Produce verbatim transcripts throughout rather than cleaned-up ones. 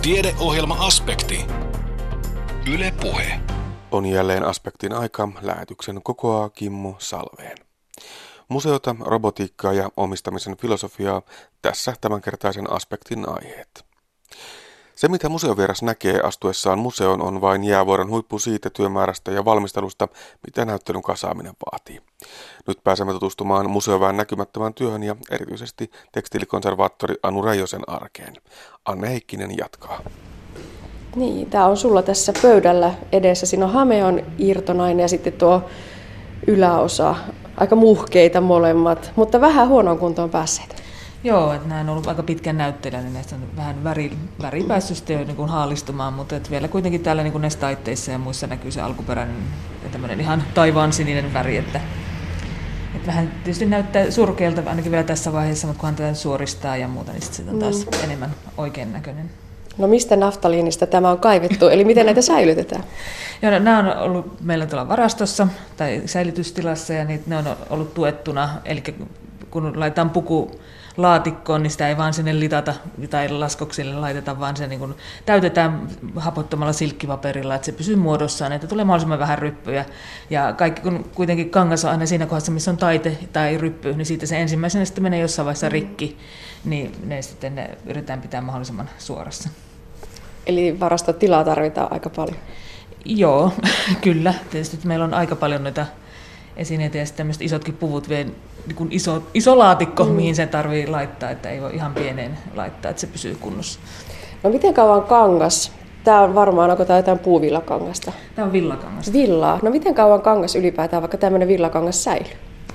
Tiedeohjelma-aspekti. Yle Puhe. On jälleen aspektin aika. Lähetyksen kokoaa Kimmo Salveen. Museota, robotiikkaa ja omistamisen filosofiaa, tässä tämänkertaisen aspektin aiheet. Se, mitä museovieras näkee astuessaan museoon, on vain jäävuoren huippu siitä työmäärästä ja valmistelusta, mitä näyttelyn kasaaminen vaatii. Nyt pääsemme tutustumaan museoväen näkymättömään työhön ja erityisesti tekstiilikonservaattori Anu Reijosen arkeen. Anne Heikkinen jatkaa. Niin, tämä on sulla tässä pöydällä edessä. Siinä on hameon irtonainen ja sitten tuo yläosa. Aika muhkeita molemmat, mutta vähän huonoon kuntoon päässeet. Joo, että nämä on ollut aika pitkän näyttelijä, niin näistä on vähän väri, väri päässyt jo niin kuin haalistumaan, mutta että vielä kuitenkin täällä niin kuin näissä taitteissa ja muissa näkyy se alkuperäinen ja tämmöinen ihan taivaan sininen väri, että, että vähän tietysti näyttää surkealta ainakin vielä tässä vaiheessa, mutta kunhan tätä suoristaa ja muuta, niin sitten se on taas mm. enemmän oikein näköinen. No mistä naftaliinista tämä on kaivettu, eli miten näitä säilytetään? Joo, no, nämä on ollut meillä tuolla varastossa tai säilytystilassa ja niitä, ne on ollut tuettuna, eli kun laitetaan puku laatikkoon, niin sitä ei vaan sinne litata tai laskoksille laiteta, vaan se niin kuin täytetään hapottomalla silkkipaperilla, että se pysyy muodossaan, että tulee mahdollisimman vähän ryppyjä. Ja kaikki, kun kuitenkin kangas on aina siinä kohdassa, missä on taite tai ryppy, niin siitä se ensimmäisenä sitten menee jossain vaiheessa rikki, niin ne sitten ne yritetään pitää mahdollisimman suorassa. Eli varastotilaa tarvitaan aika paljon? Joo, kyllä. Tietysti meillä on aika paljon noita esineitä ja sitten isotkin puvut vie niin iso, iso laatikko, mm. mihin se tarvii laittaa, että ei voi ihan pieneen laittaa, että se pysyy kunnossa. No miten kauan kangas? Tämä on varmaan, onko tämä jotain puuvillakangasta? Tämä on villakangasta. Villaa. No miten kauan kangas ylipäätään, vaikka tämmöinen villakangas säilyy?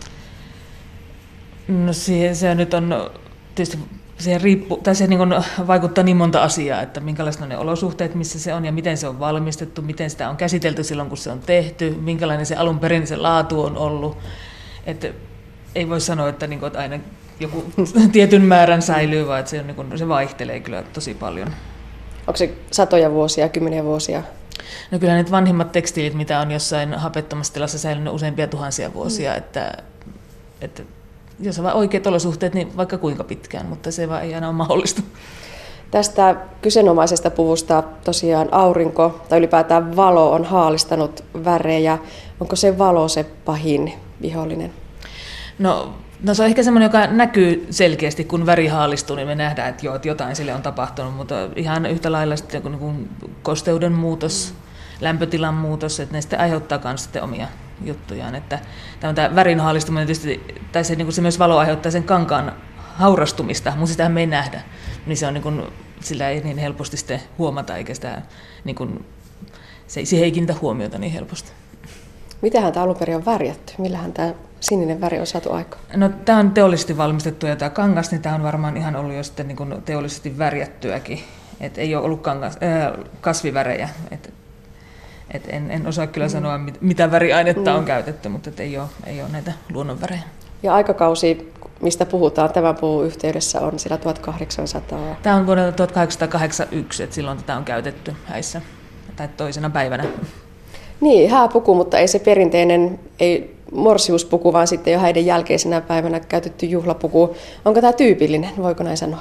No siihen, se nyt on tietysti siihen, riippu, tai siihen niin vaikuttaa niin monta asiaa, että minkälaiset on ne olosuhteet, missä se on ja miten se on valmistettu, miten sitä on käsitelty silloin, kun se on tehty, minkälainen se alun perin se laatu on ollut. Että ei voi sanoa, että, niin kuin, että aina joku tietyn määrän säilyy, vaan että se, on, niin kuin, se vaihtelee kyllä tosi paljon. Onko se satoja vuosia, kymmeniä vuosia? No kyllä nyt vanhimmat tekstiilit, mitä on jossain hapettomassa tilassa säilynyt useampia tuhansia vuosia, mm. että, että jos on vain oikeat olosuhteet, niin vaikka kuinka pitkään, mutta se vaan ei aina ole mahdollista. Tästä kyseenomaisesta puvusta tosiaan aurinko tai ylipäätään valo on haalistanut värejä. Onko se valo se pahin vihollinen? No, no se on ehkä semmoinen, joka näkyy selkeästi, kun väri haalistuu, niin me nähdään, että, joo, että jotain sille on tapahtunut, mutta ihan yhtä lailla sitten niin kuin kosteuden muutos, mm. lämpötilan muutos, että ne sitten aiheuttaa myös sitten omia juttujaan. Että tämä värin haalistuminen tietysti, tai se, niin kuin se myös valo aiheuttaa sen kankaan haurastumista, mutta sitähän me ei nähdä, niin se on niin kuin, sillä ei niin helposti sitten huomata, eikä sitä, niin kuin, se, siihen ei kiinnitä huomiota niin helposti. Mitähän tämä alun perin on värjätty? Millähän tämä sininen väri on saatu aikaan? No, tämä on teollisesti valmistettu ja tämä kangas, niin tämä on varmaan ihan ollut jo sitten niin kuin teollisesti värjättyäkin. Et ei ole ollut kangas, äh, kasvivärejä. Et, et en, en osaa kyllä mm. sanoa, mit, mitä väriainetta mm. on käytetty, mutta et ei, ole, ei ole näitä luonnonvärejä. Ja aikakausi, mistä puhutaan tämän puun yhteydessä, on siellä tuhatkahdeksansataa. Tämä on vuodelta tuhatkahdeksansataakahdeksankymmentäyksi, että silloin tätä on käytetty häissä tai toisena päivänä. Niin, hääpuku, mutta ei se perinteinen, ei morsiuspuku, vaan sitten jo häiden jälkeisenä päivänä käytetty juhlapuku. Onko tämä tyypillinen, voiko näin sanoa?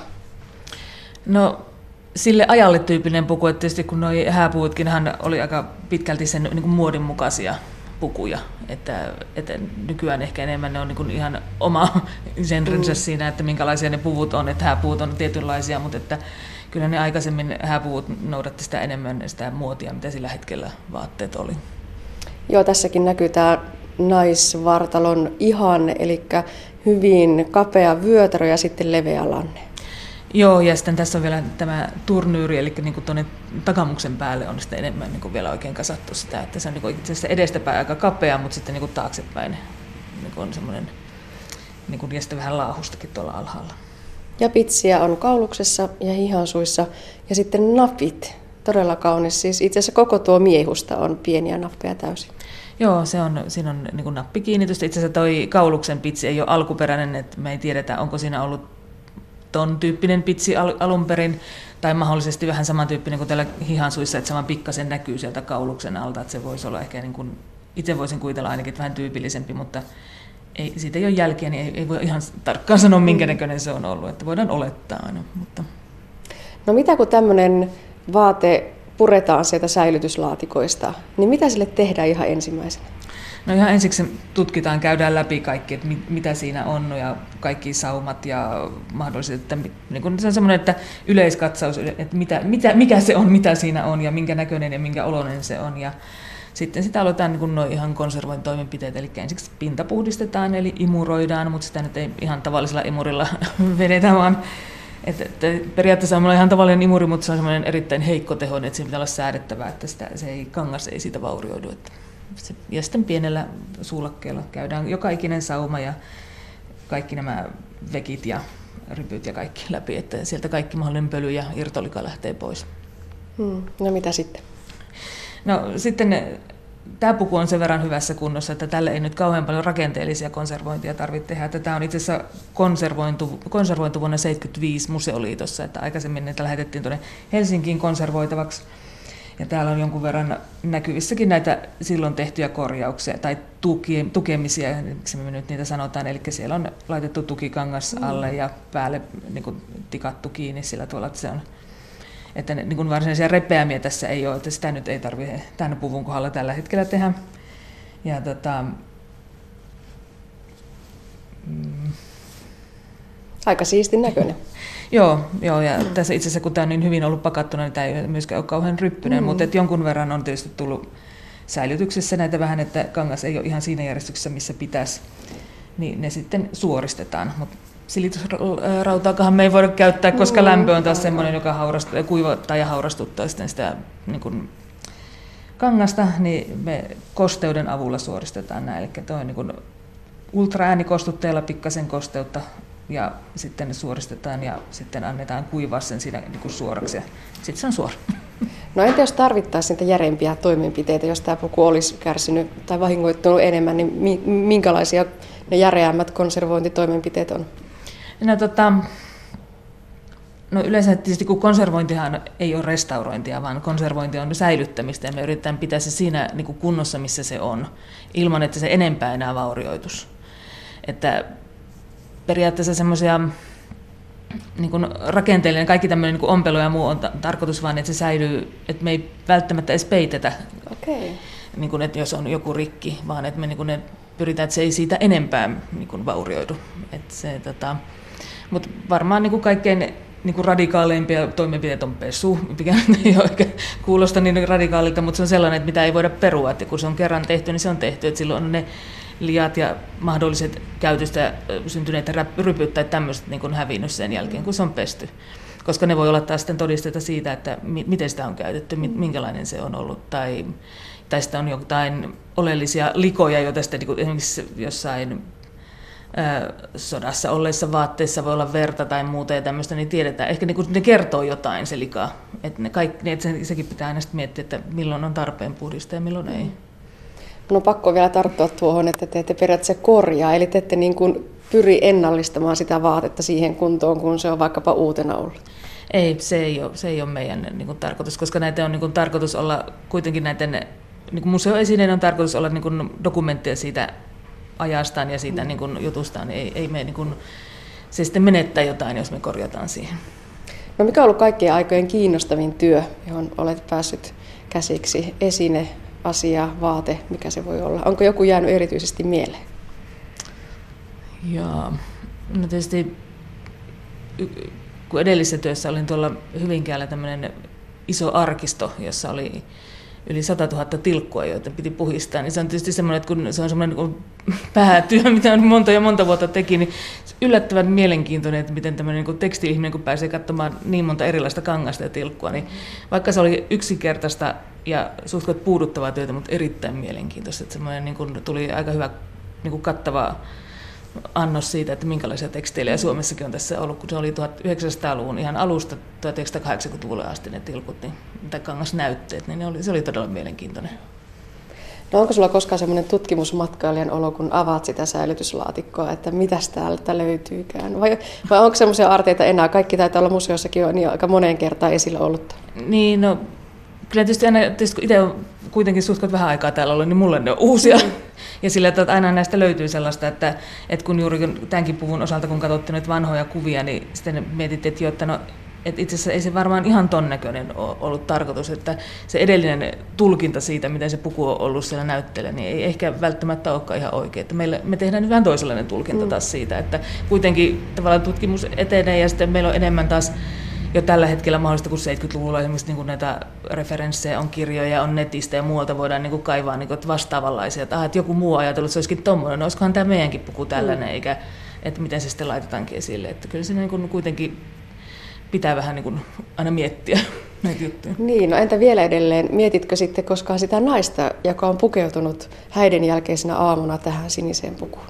No, sille ajalle tyypillinen puku, että tietysti kun nuo hääpuutkin oli aika pitkälti sen niin kuin muodin mukaisia pukuja, että, että nykyään ehkä enemmän ne on niin kuin ihan oma genrensä mm. siinä, että minkälaisia ne puvut on, että hääpuut on tietynlaisia, mutta että kyllä ne aikaisemmin hääpuvut noudatti sitä enemmän sitä muotia, mitä sillä hetkellä vaatteet oli. Joo, tässäkin näkyy tämä naisvartalon ihanne, eli hyvin kapea vyötärö ja sitten leveä lanne. Joo, ja sitten tässä on vielä tämä turnyyri, eli niin kuin tuonne takamuksen päälle on sitten enemmän niin kuin vielä oikein kasattu sitä, että se on niin kuin itse asiassa edestäpäin aika kapea, mutta sitten niin kuin taaksepäin niin kuin on semmoinen, niin kuin, ja sitten vähän laahustakin tuolla alhaalla. Ja pitsiä on kauluksessa ja hihansuissa ja sitten napit, todella kaunis. Siis itse asiassa koko tuo miehusta on pieniä nappeja täysin. Joo, se on, siinä on niin kuin nappikiinnitystä. Itse asiassa toi kauluksen pitsi ei ole alkuperäinen, että me ei tiedetä, onko siinä ollut ton tyyppinen pitsi al- alun perin, tai mahdollisesti vähän samantyyppinen kuin täällä hihansuissa, että saman pikkasen näkyy sieltä kauluksen alta, että se voisi olla ehkä, niin kuin, itse voisin kuvitella ainakin vähän tyypillisempi, mutta ei, siitä ei ole jälkeä, niin ei, ei voi ihan tarkkaan sanoa, minkä näköinen se on ollut, että voidaan olettaa aina. Mutta. No mitä kun tämmöinen vaate puretaan sieltä säilytyslaatikoista, niin mitä sille tehdään ihan ensimmäisenä? No ihan ensiksi tutkitaan, käydään läpi kaikki, että mit, mitä siinä on ja kaikki saumat ja mahdolliset, että niin kun se on semmoinen, että yleiskatsaus, että mitä, mitä, mikä se on, mitä siinä on ja minkä näköinen ja minkä oloinen se on. Ja sitten sitä aloitetaan niin kun nuo ihan konservointitoimenpiteet, eli ensiksi pinta puhdistetaan eli imuroidaan, mutta sitä nyt ei ihan tavallisella imurilla vedetä, vaan että, että periaatteessa on ihan tavallinen imuri, mutta se on semmoinen erittäin heikko tehoinen, että siinä pitää olla säädettävää, että sitä, se ei, kangas ei siitä vaurioidu. Että ja sitten pienellä suulakkeella käydään joka ikinen sauma ja kaikki nämä vekit ja rypyt ja kaikki läpi, että sieltä kaikki mahdollinen pöly ja irtolika lähtee pois. Hmm. No mitä sitten? No sitten tämä puku on sen verran hyvässä kunnossa, että tälle ei nyt kauhean paljon rakenteellisia konservointia tarvitse tehdä. Tämä on itse asiassa konservointu, konservointu vuonna tuhatyhdeksänsataaseitsemänkymmentäviisi Museoliitossa, että aikaisemmin niitä lähetettiin tuonne Helsinkiin konservoitavaksi. Ja täällä on jonkun verran näkyvissäkin näitä silloin tehtyjä korjauksia tai tuki, tukemisia, miksi me nyt niitä sanotaan. Eli siellä on laitettu tukikangas alle ja päälle niin kuin tikattu kiinni sillä tavalla, että se on, että niin kuin varsinaisia repeämiä tässä ei ole, että sitä nyt ei tarvitse tämän puvun kohdalla tällä hetkellä tehdä. Ja tota, mm. Aika siistin näköinen. Joo, joo, ja tässä itse asiassa kun tämä on niin hyvin ollut pakattuna, niin tämä ei myöskään ole kauhean ryppyinen, mm. mutta et jonkun verran on tietysti tullut säilytyksessä näitä vähän, että kangas ei ole ihan siinä järjestyksessä, missä pitäisi, niin ne sitten suoristetaan. Mutta silitysrautaakaan me ei voida käyttää, koska mm. lämpö on taas semmoinen, joka haurastuu, kuivattaa ja haurastuttaa sitten sitä niin kuin kangasta, niin me kosteuden avulla suoristetaan nämä. Eli tuo on niin kuin ultraäänikostutteella pikkasen kosteutta, ja sitten ne suoristetaan ja sitten annetaan kuivaa sen siinä niin kuin suoraksi ja sitten se on suora. No entä jos tarvittaisiin niitä järeimpiä toimenpiteitä, jos tämä puku olisi kärsinyt tai vahingoittunut enemmän, niin minkälaisia ne järeämmät konservointitoimenpiteet on? No, tota, no yleensä tietysti kun konservointihan ei ole restaurointia, vaan konservointi on säilyttämistä ja me yritetään pitää se siinä niin kuin kunnossa, missä se on, ilman että se enempää enää vaurioitus. Että periaatteessa semmoisia niin kuin rakenteellinen, kaikki tämmöinen niin kuin ompelu ja muu on ta- tarkoitus vaan, että se säilyy, että me ei välttämättä edes peitetä, okay. niin kuin, että jos on joku rikki, vaan että me niin kuin ne pyritään, että se ei siitä enempää niin kuin vaurioidu. Että se, tota, mutta varmaan niin kuin kaikkein niin kuin radikaaleimpia toimenpiteitä on pesu, mikä ei oikein kuulosta niin radikaalilta, mutta se on sellainen, että mitä ei voida perua, että kun se on kerran tehty, niin se on tehty, että silloin on ne liat ja mahdolliset käytöstä syntyneet rypyt tai tämmöiset niin kuin hävinnyt sen jälkeen, kun se on pesty. Koska ne voi olla taas sitten todisteita siitä, että mi- miten sitä on käytetty, minkälainen se on ollut, tai, tai sitä on jotain oleellisia likoja, joita sitten niin kuin esimerkiksi jossain ää, sodassa olleissa vaatteissa voi olla verta tai muuta ja tämmöistä, niin tiedetään. Ehkä niin kuin ne kertoo jotain se lika, että ne kaikki, että se, sekin pitää aina miettiä, että milloin on tarpeen puhdistaa ja milloin ei. No pakko vielä tarttua tuohon, että te ette periaatteessa korjaa, eli te ette niin kuin pyri ennallistamaan sitä vaatetta siihen kuntoon, kun se on vaikkapa uutena ollut. Ei, se ei ole, se ei ole meidän niin kuin tarkoitus, koska näitä on niin kuin tarkoitus olla, kuitenkin näiden niin kuin museoesineiden on tarkoitus olla niin kuin dokumentteja siitä ajastaan ja siitä mm. niin kuin jutustaan. Ei, ei me, niin kuin, se sitten menettää jotain, jos me korjataan siihen. No mikä on ollut kaikkien aikojen kiinnostavin työ, johon olet päässyt käsiksi? Esine, asia, vaate, mikä se voi olla? Onko joku jäänyt erityisesti mieleen? Joo, no tietysti kun edellisessä työssä olin tuolla Hyvinkäällä tämmöinen iso arkisto, jossa oli yli satatuhatta tilkkua, joita piti puhistaa, niin se on tietysti semmoinen, että kun se on semmoinen niin päätyö, mitä on monta ja monta vuotta teki, niin yllättävän mielenkiintoinen, että miten tämmöinen niin tekstiili-ihminen, kun pääsee katsomaan niin monta erilaista kangasta ja tilkkua, niin vaikka se oli yksinkertaista ja suht puuduttavaa työtä, mutta erittäin mielenkiintoista, että semmoinen niin kuin tuli aika hyvä niin kuin kattava annos siitä, että minkälaisia tekstiilejä Suomessakin on tässä ollut, kun se oli tuhatyhdeksänsataaluvun ihan alusta tuhatyhdeksänsataakahdeksankymmentäluvulle asti ne tilkut, niin, tai kangasnäytteet, niin ne oli, se oli todella mielenkiintoinen. No onko sulla koskaan semmoinen tutkimusmatkailijan olo, kun avaat sitä säilytyslaatikkoa, että mitäs täältä löytyykään? Vai, vai onko semmoisia aarteita enää? Kaikki taitaa olla museossakin jo niin aika moneen kertaan esillä ollut. Niin, no kyllä tietysti aina, tietysti kun itse on kuitenkin suht vähän aikaa täällä ollut, niin mulle ne on uusia. Mm. Ja sillä, että aina näistä löytyy sellaista, että, että kun juuri tämänkin puvun osalta, kun katsottiin noita vanhoja kuvia, niin sitten mietittiin, että, jo, että no, Et itse asiassa ei se varmaan ihan ton näköinen ole ollut tarkoitus, että se edellinen tulkinta siitä, miten se puku on ollut siellä näytteellä, niin ei ehkä välttämättä olekaan ihan oikein. Että meillä, me tehdään nyt vähän toisenlainen tulkinta taas siitä, että kuitenkin tavallaan tutkimus etenee ja sitten meillä on enemmän taas jo tällä hetkellä mahdollista, kun seitsemänkymmentäluvulla esimerkiksi niin kuin näitä referenssejä on, kirjoja on netistä ja muualta voidaan niin kuin kaivaa niin kuin vastaavanlaisia, että, ah, että joku muu ajatellut, että se olisikin tommoinen, no olisikohan tämä meidänkin puku tällainen, mm. eikä että miten se sitten laitetaankin esille. Että kyllä se niin kuin kuitenkin pitää vähän niin kuin aina miettiä näitä juttuja. Niin, no entä vielä edelleen, mietitkö sitten koskaan sitä naista, joka on pukeutunut häiden jälkeisenä aamuna tähän siniseen pukuun?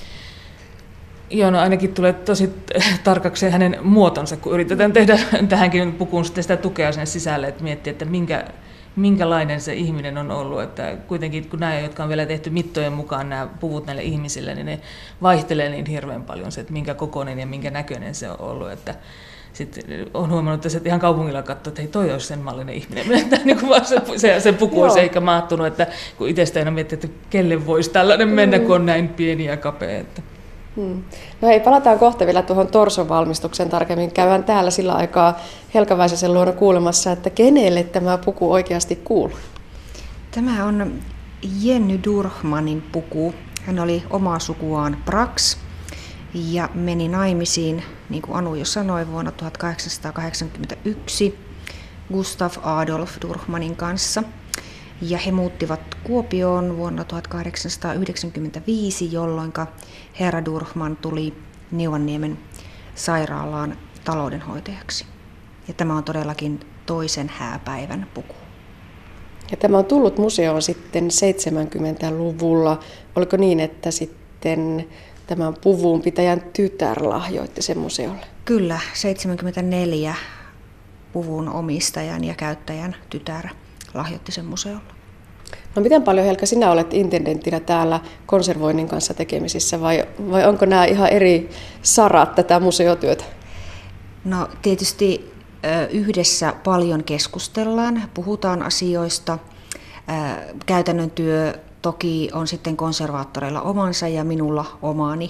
Joo, no ainakin tulee tosi tarkaksi hänen muotonsa, kun yritetään tehdä tähänkin pukuun sitten sitä tukea sen sisälle, että miettiä, että minkä, minkälainen se ihminen on ollut. Että kuitenkin kun nämä, jotka on vielä tehty mittojen mukaan nämä puvut näille ihmisille, niin ne vaihtelee niin hirveän paljon se, että minkä kokoinen ja minkä näköinen se on ollut. Että sitten on huomannut, että ihan kaupungilla katsoo, että hei, toi olisi sen mallinen ihminen. Niin kuin vaan se, se, se puku olisi eikä maattunut, että kun itsestä aina miettii, että kelle voisi tällainen mennä, kun on näin pieni ja kapea. Että. Hmm. No hei, palataan kohta vielä tuohon torson valmistukseen tarkemmin. Käydään täällä sillä aikaa Helka Väisäsen luona kuulemassa, että kenelle tämä puku oikeasti kuuluu. Tämä on Jenny Durhmanin puku. Hän oli omaa sukuaan Brax ja meni naimisiin, niin kuin Anu jo sanoi, vuonna tuhatkahdeksansataakahdeksankymmentäyksi Gustav Adolf Durhmanin kanssa. Ja he muuttivat Kuopioon vuonna tuhatkahdeksansataayhdeksänkymmentäviisi, jolloin herra Durhman tuli Niuanniemen sairaalaan taloudenhoitajaksi. Ja tämä on todellakin toisen hääpäivän puku. Ja tämä on tullut museoon sitten seitsemänkymmentäluvulla. Oliko niin, että sitten tämän puvun pitäjän tytär lahjoitti sen museolle? Kyllä, seitsemänkymmentäneljä puvun omistajan ja käyttäjän tytär lahjoitti sen museolle. No miten paljon, Helka, sinä olet intendenttinä täällä konservoinnin kanssa tekemisissä vai, vai onko nämä ihan eri sarat tätä museotyötä? No tietysti yhdessä paljon keskustellaan, puhutaan asioista. Käytännön työ toki on sitten konservaattoreilla omansa ja minulla omaani.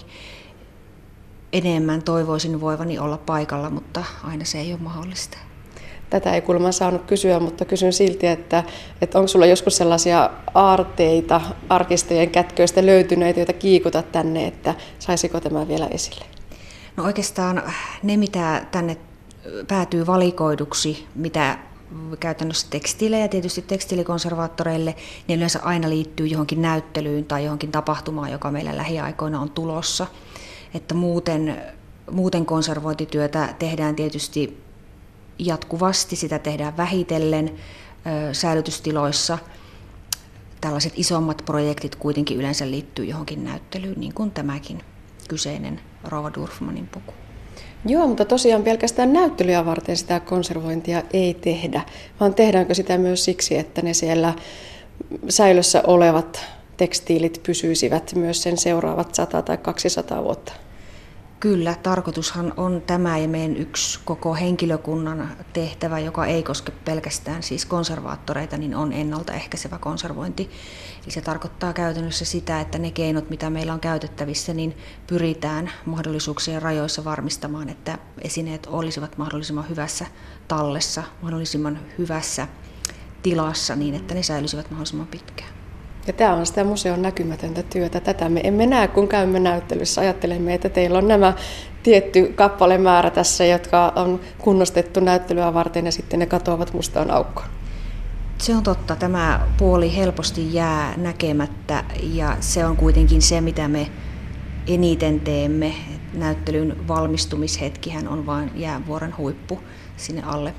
Enemmän toivoisin voivani olla paikalla, mutta aina se ei ole mahdollista. Tätä ei kuulemma saanut kysyä, mutta kysyn silti, että, että onko sulla joskus sellaisia aarteita arkistojen kätköistä löytyneitä, joita kiikutat tänne, että saisiko tämä vielä esille? No oikeastaan ne, mitä tänne päätyy valikoiduksi, mitä käytännössä tekstiilejä, tietysti tekstiilikonservaattoreille, niin yleensä aina liittyy johonkin näyttelyyn tai johonkin tapahtumaan, joka meillä lähiaikoina on tulossa. Että muuten, muuten konservointityötä tehdään tietysti jatkuvasti, sitä tehdään vähitellen säilytystiloissa. Tällaiset isommat projektit kuitenkin yleensä liittyy johonkin näyttelyyn, niin kuin tämäkin kyseinen Rova Durhmanin puku. Joo, mutta tosiaan pelkästään näyttelyä varten sitä konservointia ei tehdä, vaan tehdäänkö sitä myös siksi, että ne siellä säilössä olevat tekstiilit pysyisivät myös sen seuraavat sata tai kaksisataa vuotta? Kyllä, tarkoitushan on tämä ja meidän yksi koko henkilökunnan tehtävä, joka ei koske pelkästään siis konservaattoreita, niin on ennaltaehkäisevä konservointi. Eli se tarkoittaa käytännössä sitä, että ne keinot, mitä meillä on käytettävissä, niin pyritään mahdollisuuksien rajoissa varmistamaan, että esineet olisivat mahdollisimman hyvässä tallessa, mahdollisimman hyvässä tilassa niin, että ne säilyisivät mahdollisimman pitkään. Ja tämä on sitä museon näkymätöntä työtä. Tätä me emme näe, kun käymme näyttelyssä. Ajattelemme, että teillä on nämä tietty kappalemäärä tässä, jotka on kunnostettu näyttelyä varten ja sitten ne katoavat mustaan aukkoon. Se on totta. Tämä puoli helposti jää näkemättä ja se on kuitenkin se, mitä me eniten teemme. Näyttelyn valmistumishetkihän on vain jäävuoren huippu sinne alle.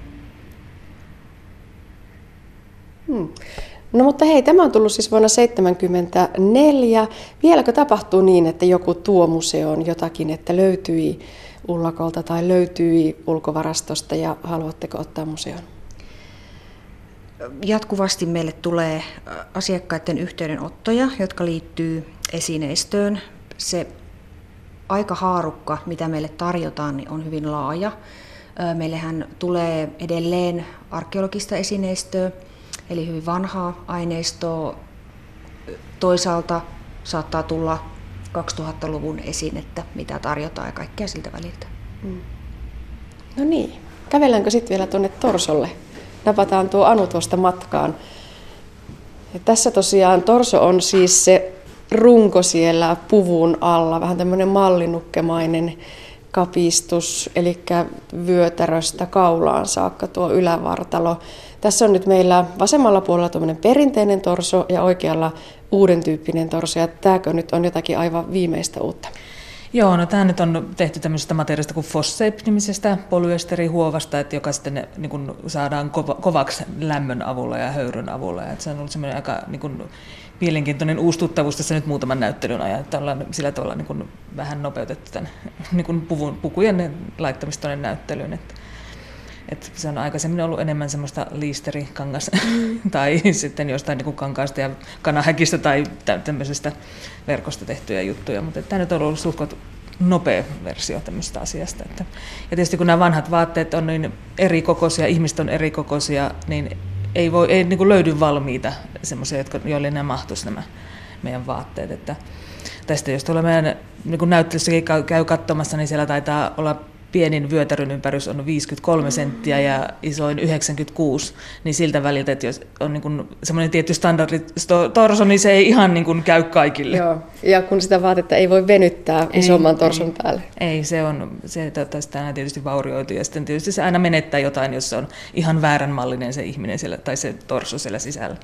Hmm. No mutta hei, tämä on tullut siis vuonna tuhatyhdeksänsataaseitsemänkymmentäneljä. Vieläkö tapahtuu niin, että joku tuo museoon jotakin, että löytyi ullakolta tai löytyi ulkovarastosta ja haluatteko ottaa museoon? Jatkuvasti meille tulee asiakkaiden yhteydenottoja, jotka liittyy esineistöön. Se aikahaarukka, mitä meille tarjotaan, niin on hyvin laaja. Meillähän tulee edelleen arkeologista esineistöä, eli hyvin vanhaa aineistoa. Toisaalta saattaa tulla kaksituhattaluvun esinettä, mitä tarjotaan ja kaikkea siltä väliltä. No niin. kävelläänkö sitten vielä tuonne torsolle? Napataan tuo Anu tuosta matkaan. Ja tässä tosiaan torso on siis se runko siellä puvun alla, vähän tämmöinen mallinukkemainen kapistus, eli vyötäröstä kaulaan saakka tuo ylävartalo. Tässä on nyt meillä vasemmalla puolella tuommoinen perinteinen torso ja oikealla uuden tyyppinen torso, ja tämäkö nyt on jotakin aivan viimeistä uutta? Joo, no tämä nyt on tehty tämmöisestä materiaalista kuin Fossape-nimisestä polyesterihuovasta, että joka sitten niin kuin saadaan kova, kovaksi lämmön avulla ja höyryn avulla. Että se on ollut semmoinen aika niin kuin mielenkiintoinen uustuttavuus tässä nyt muutaman näyttelyn ajan, että ollaan sillä tavalla niin kuin vähän nopeutettu tämän niin kuin puvun, pukujen laittamista tuonne näyttelyyn. Että, että se on aikaisemmin ollut enemmän semmoista liisterikangasta tai sitten jostain niin kuin kankaasta ja kanahäkistä tai tämmöisestä verkosta tehtyjä juttuja, mutta tämä nyt on ollut suhkot nopea versio tämmöisestä asiasta. Että, ja tietysti kun nämä vanhat vaatteet on niin eri kokoisia, ihmiset on eri kokoisia, niin ei, voi, ei niin kuin löydy valmiita semmoisia, joille nämä mahtuisi nämä meidän vaatteet. Että tästä jos tuolla meidän niin näyttelyssäkin käy katsomassa, niin siellä taitaa olla pienin vyötärön ympärys on viisikymmentäkolme senttiä ja isoin yhdeksänkymmentäkuusi, niin siltä väliltä, että jos on niin semmoinen tietty standardi torso, niin se ei ihan niin kuin käy kaikille. Joo, ja kun sitä vaatetta ei voi venyttää ei, isomman torson ei, päälle. Ei, se on, se tästä aina tietysti vaurioituu, ja sitten tietysti se aina menettää jotain, jos se on ihan vääränmallinen se ihminen siellä, tai se torso siellä sisällä.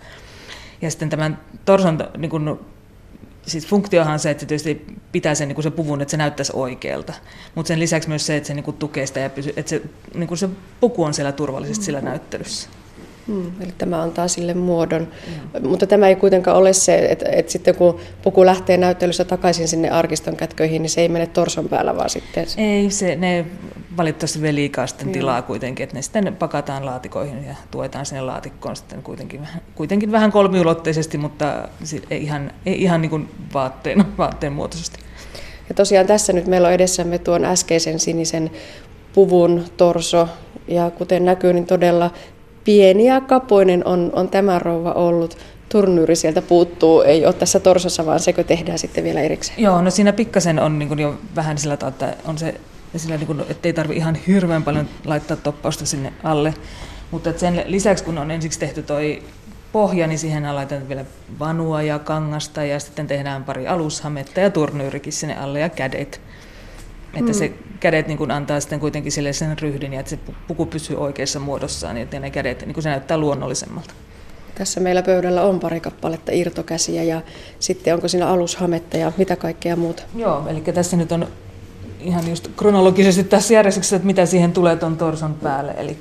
Ja sitten tämän torson niin kuin, siis funktiohan on se, että se tietysti pitää sen, niin kuin se puvun, että se näyttäisi oikealta. Mutta sen lisäksi myös se, että se niin kuin tukee sitä ja pysyy, että se, niin kuin se puku on siellä turvallisesti sillä näyttelyssä. Hmm, eli tämä antaa sille muodon. Mm. Mutta tämä ei kuitenkaan ole se, että, että sitten kun puku lähtee näyttelyssä takaisin sinne arkiston kätköihin, niin se ei mene torson päällä, vaan sitten... Ei, se, ne valitettavasti vie liikaa sitten tilaa kuitenkin, että ne sitten pakataan laatikoihin ja tuetaan sinne laatikkoon sitten kuitenkin, kuitenkin vähän kolmiulotteisesti, mutta ei ihan, ei ihan niin kuin vaatteen, vaatteen muotoisesti. Ja tosiaan tässä nyt meillä on edessämme tuon äskeisen sinisen puvun torso, ja kuten näkyy, niin todella pieni ja kapoinen on, on tämä rouva ollut. Turnyyri sieltä puuttuu, ei ole tässä torsossa, vaan sekö tehdään sitten vielä erikseen? Joo, no siinä pikkasen on niin kuin jo vähän sillä tavalla, että on se, sillä niin kuin, ettei tarvitse ihan hirveän paljon laittaa toppausta sinne alle. Mutta sen lisäksi, kun on ensiksi tehty toi pohja, niin siihen laitetaan vielä vanua ja kangasta ja sitten tehdään pari alushametta ja turnyyrikin sinne alle ja kädet. Että se kädet niin kuin antaa sitten kuitenkin sille sen ryhdin ja että se puku pysyy oikeassa muodossaan, niin että ne kädet, niin kuin se näyttää luonnollisemmalta. Tässä meillä pöydällä on pari kappaletta irtokäsiä ja sitten onko siinä alushametta ja mitä kaikkea muuta? Joo, eli tässä nyt on ihan just kronologisesti tässä järjestyksessä, että mitä siihen tulee tuon torson päälle. Eli,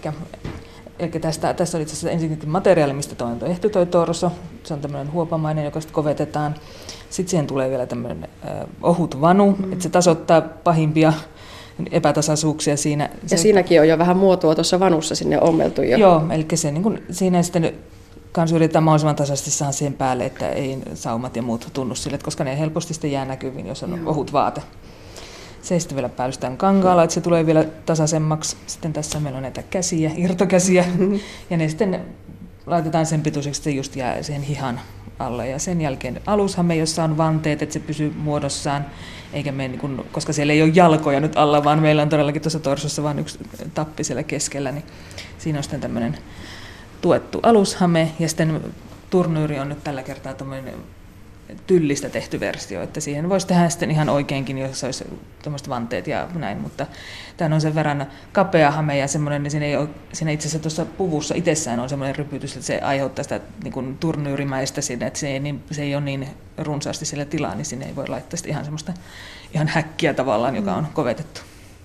eli tästä, tässä on itse asiassa ensinnäkin materiaali, mistä toi on tehty toi torso. Se on tämmöinen huopamainen, joka sitten kovetetaan. Sitten siihen tulee vielä tämmöinen äh, ohut vanu, mm. että se tasoittaa pahimpia epätasaisuuksia siinä. Ja se, siinäkin on jo vähän muotoa tuossa vanussa sinne ommeltu jo. Joo, eli se, niin kun, siinä sitten kans yritetään mahdollisimman tasaisesti saada siihen päälle, että ei saumat ja muut tunnu sille, koska ne helposti sitten jää näkyviin, jos on Joo. ohut vaate. Se sitten vielä päällystään kankaalla, että se tulee vielä tasaisemmaksi. Sitten tässä meillä on näitä käsiä, irtokäsiä, ja ne sitten laitetaan sen pituiseksi, että se just jää siihen hihan alle. Ja sen jälkeen alushamme, jossa on vanteet, että se pysyy muodossaan, eikä mene, niin kun, koska siellä ei ole jalkoja nyt alla, vaan meillä on todellakin tuossa torsossa vain yksi tappi siellä keskellä, niin siinä on sitten tämmöinen tuettu alushame, ja sitten turnyyri on nyt tällä kertaa tämmöinen tyllistä tehty versio, että siihen voisi tehdä sitten ihan oikeinkin, jos olisi tuommoiset vanteet ja näin, mutta tämä on sen verran kapea hame ja semmoinen, niin siinä, ei ole, siinä itse asiassa tuossa puvussa itsessään on semmoinen rypytys, että se aiheuttaa sitä niin kuin turnyyrimäistä sinne, että se ei, niin, se ei ole niin runsaasti siellä tilaa, niin sinne ei voi laittaa ihan semmoista ihan häkkiä tavallaan, joka on kovetettu.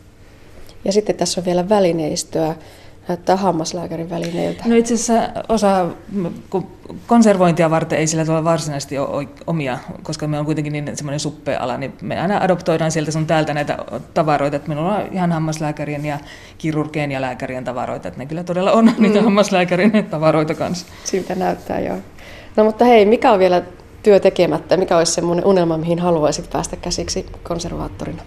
Ja sitten tässä on vielä välineistöä. Näyttää hammaslääkärin välineiltä. No itse asiassa osa, kun konservointia varten ei sillä tavalla varsinaisesti ole omia, koska me on kuitenkin niin semmoinen suppea ala, niin me aina adoptoidaan sieltä sun täältä näitä tavaroita, että minulla on ihan hammaslääkärien ja kirurgien ja lääkärien tavaroita, että ne kyllä todella on mm. niitä hammaslääkärin tavaroita kanssa. Siltä näyttää, joo. No mutta hei, mikä on vielä työ tekemättä? Mikä olisi semmoinen unelma, mihin haluaisit päästä käsiksi konservaattorina?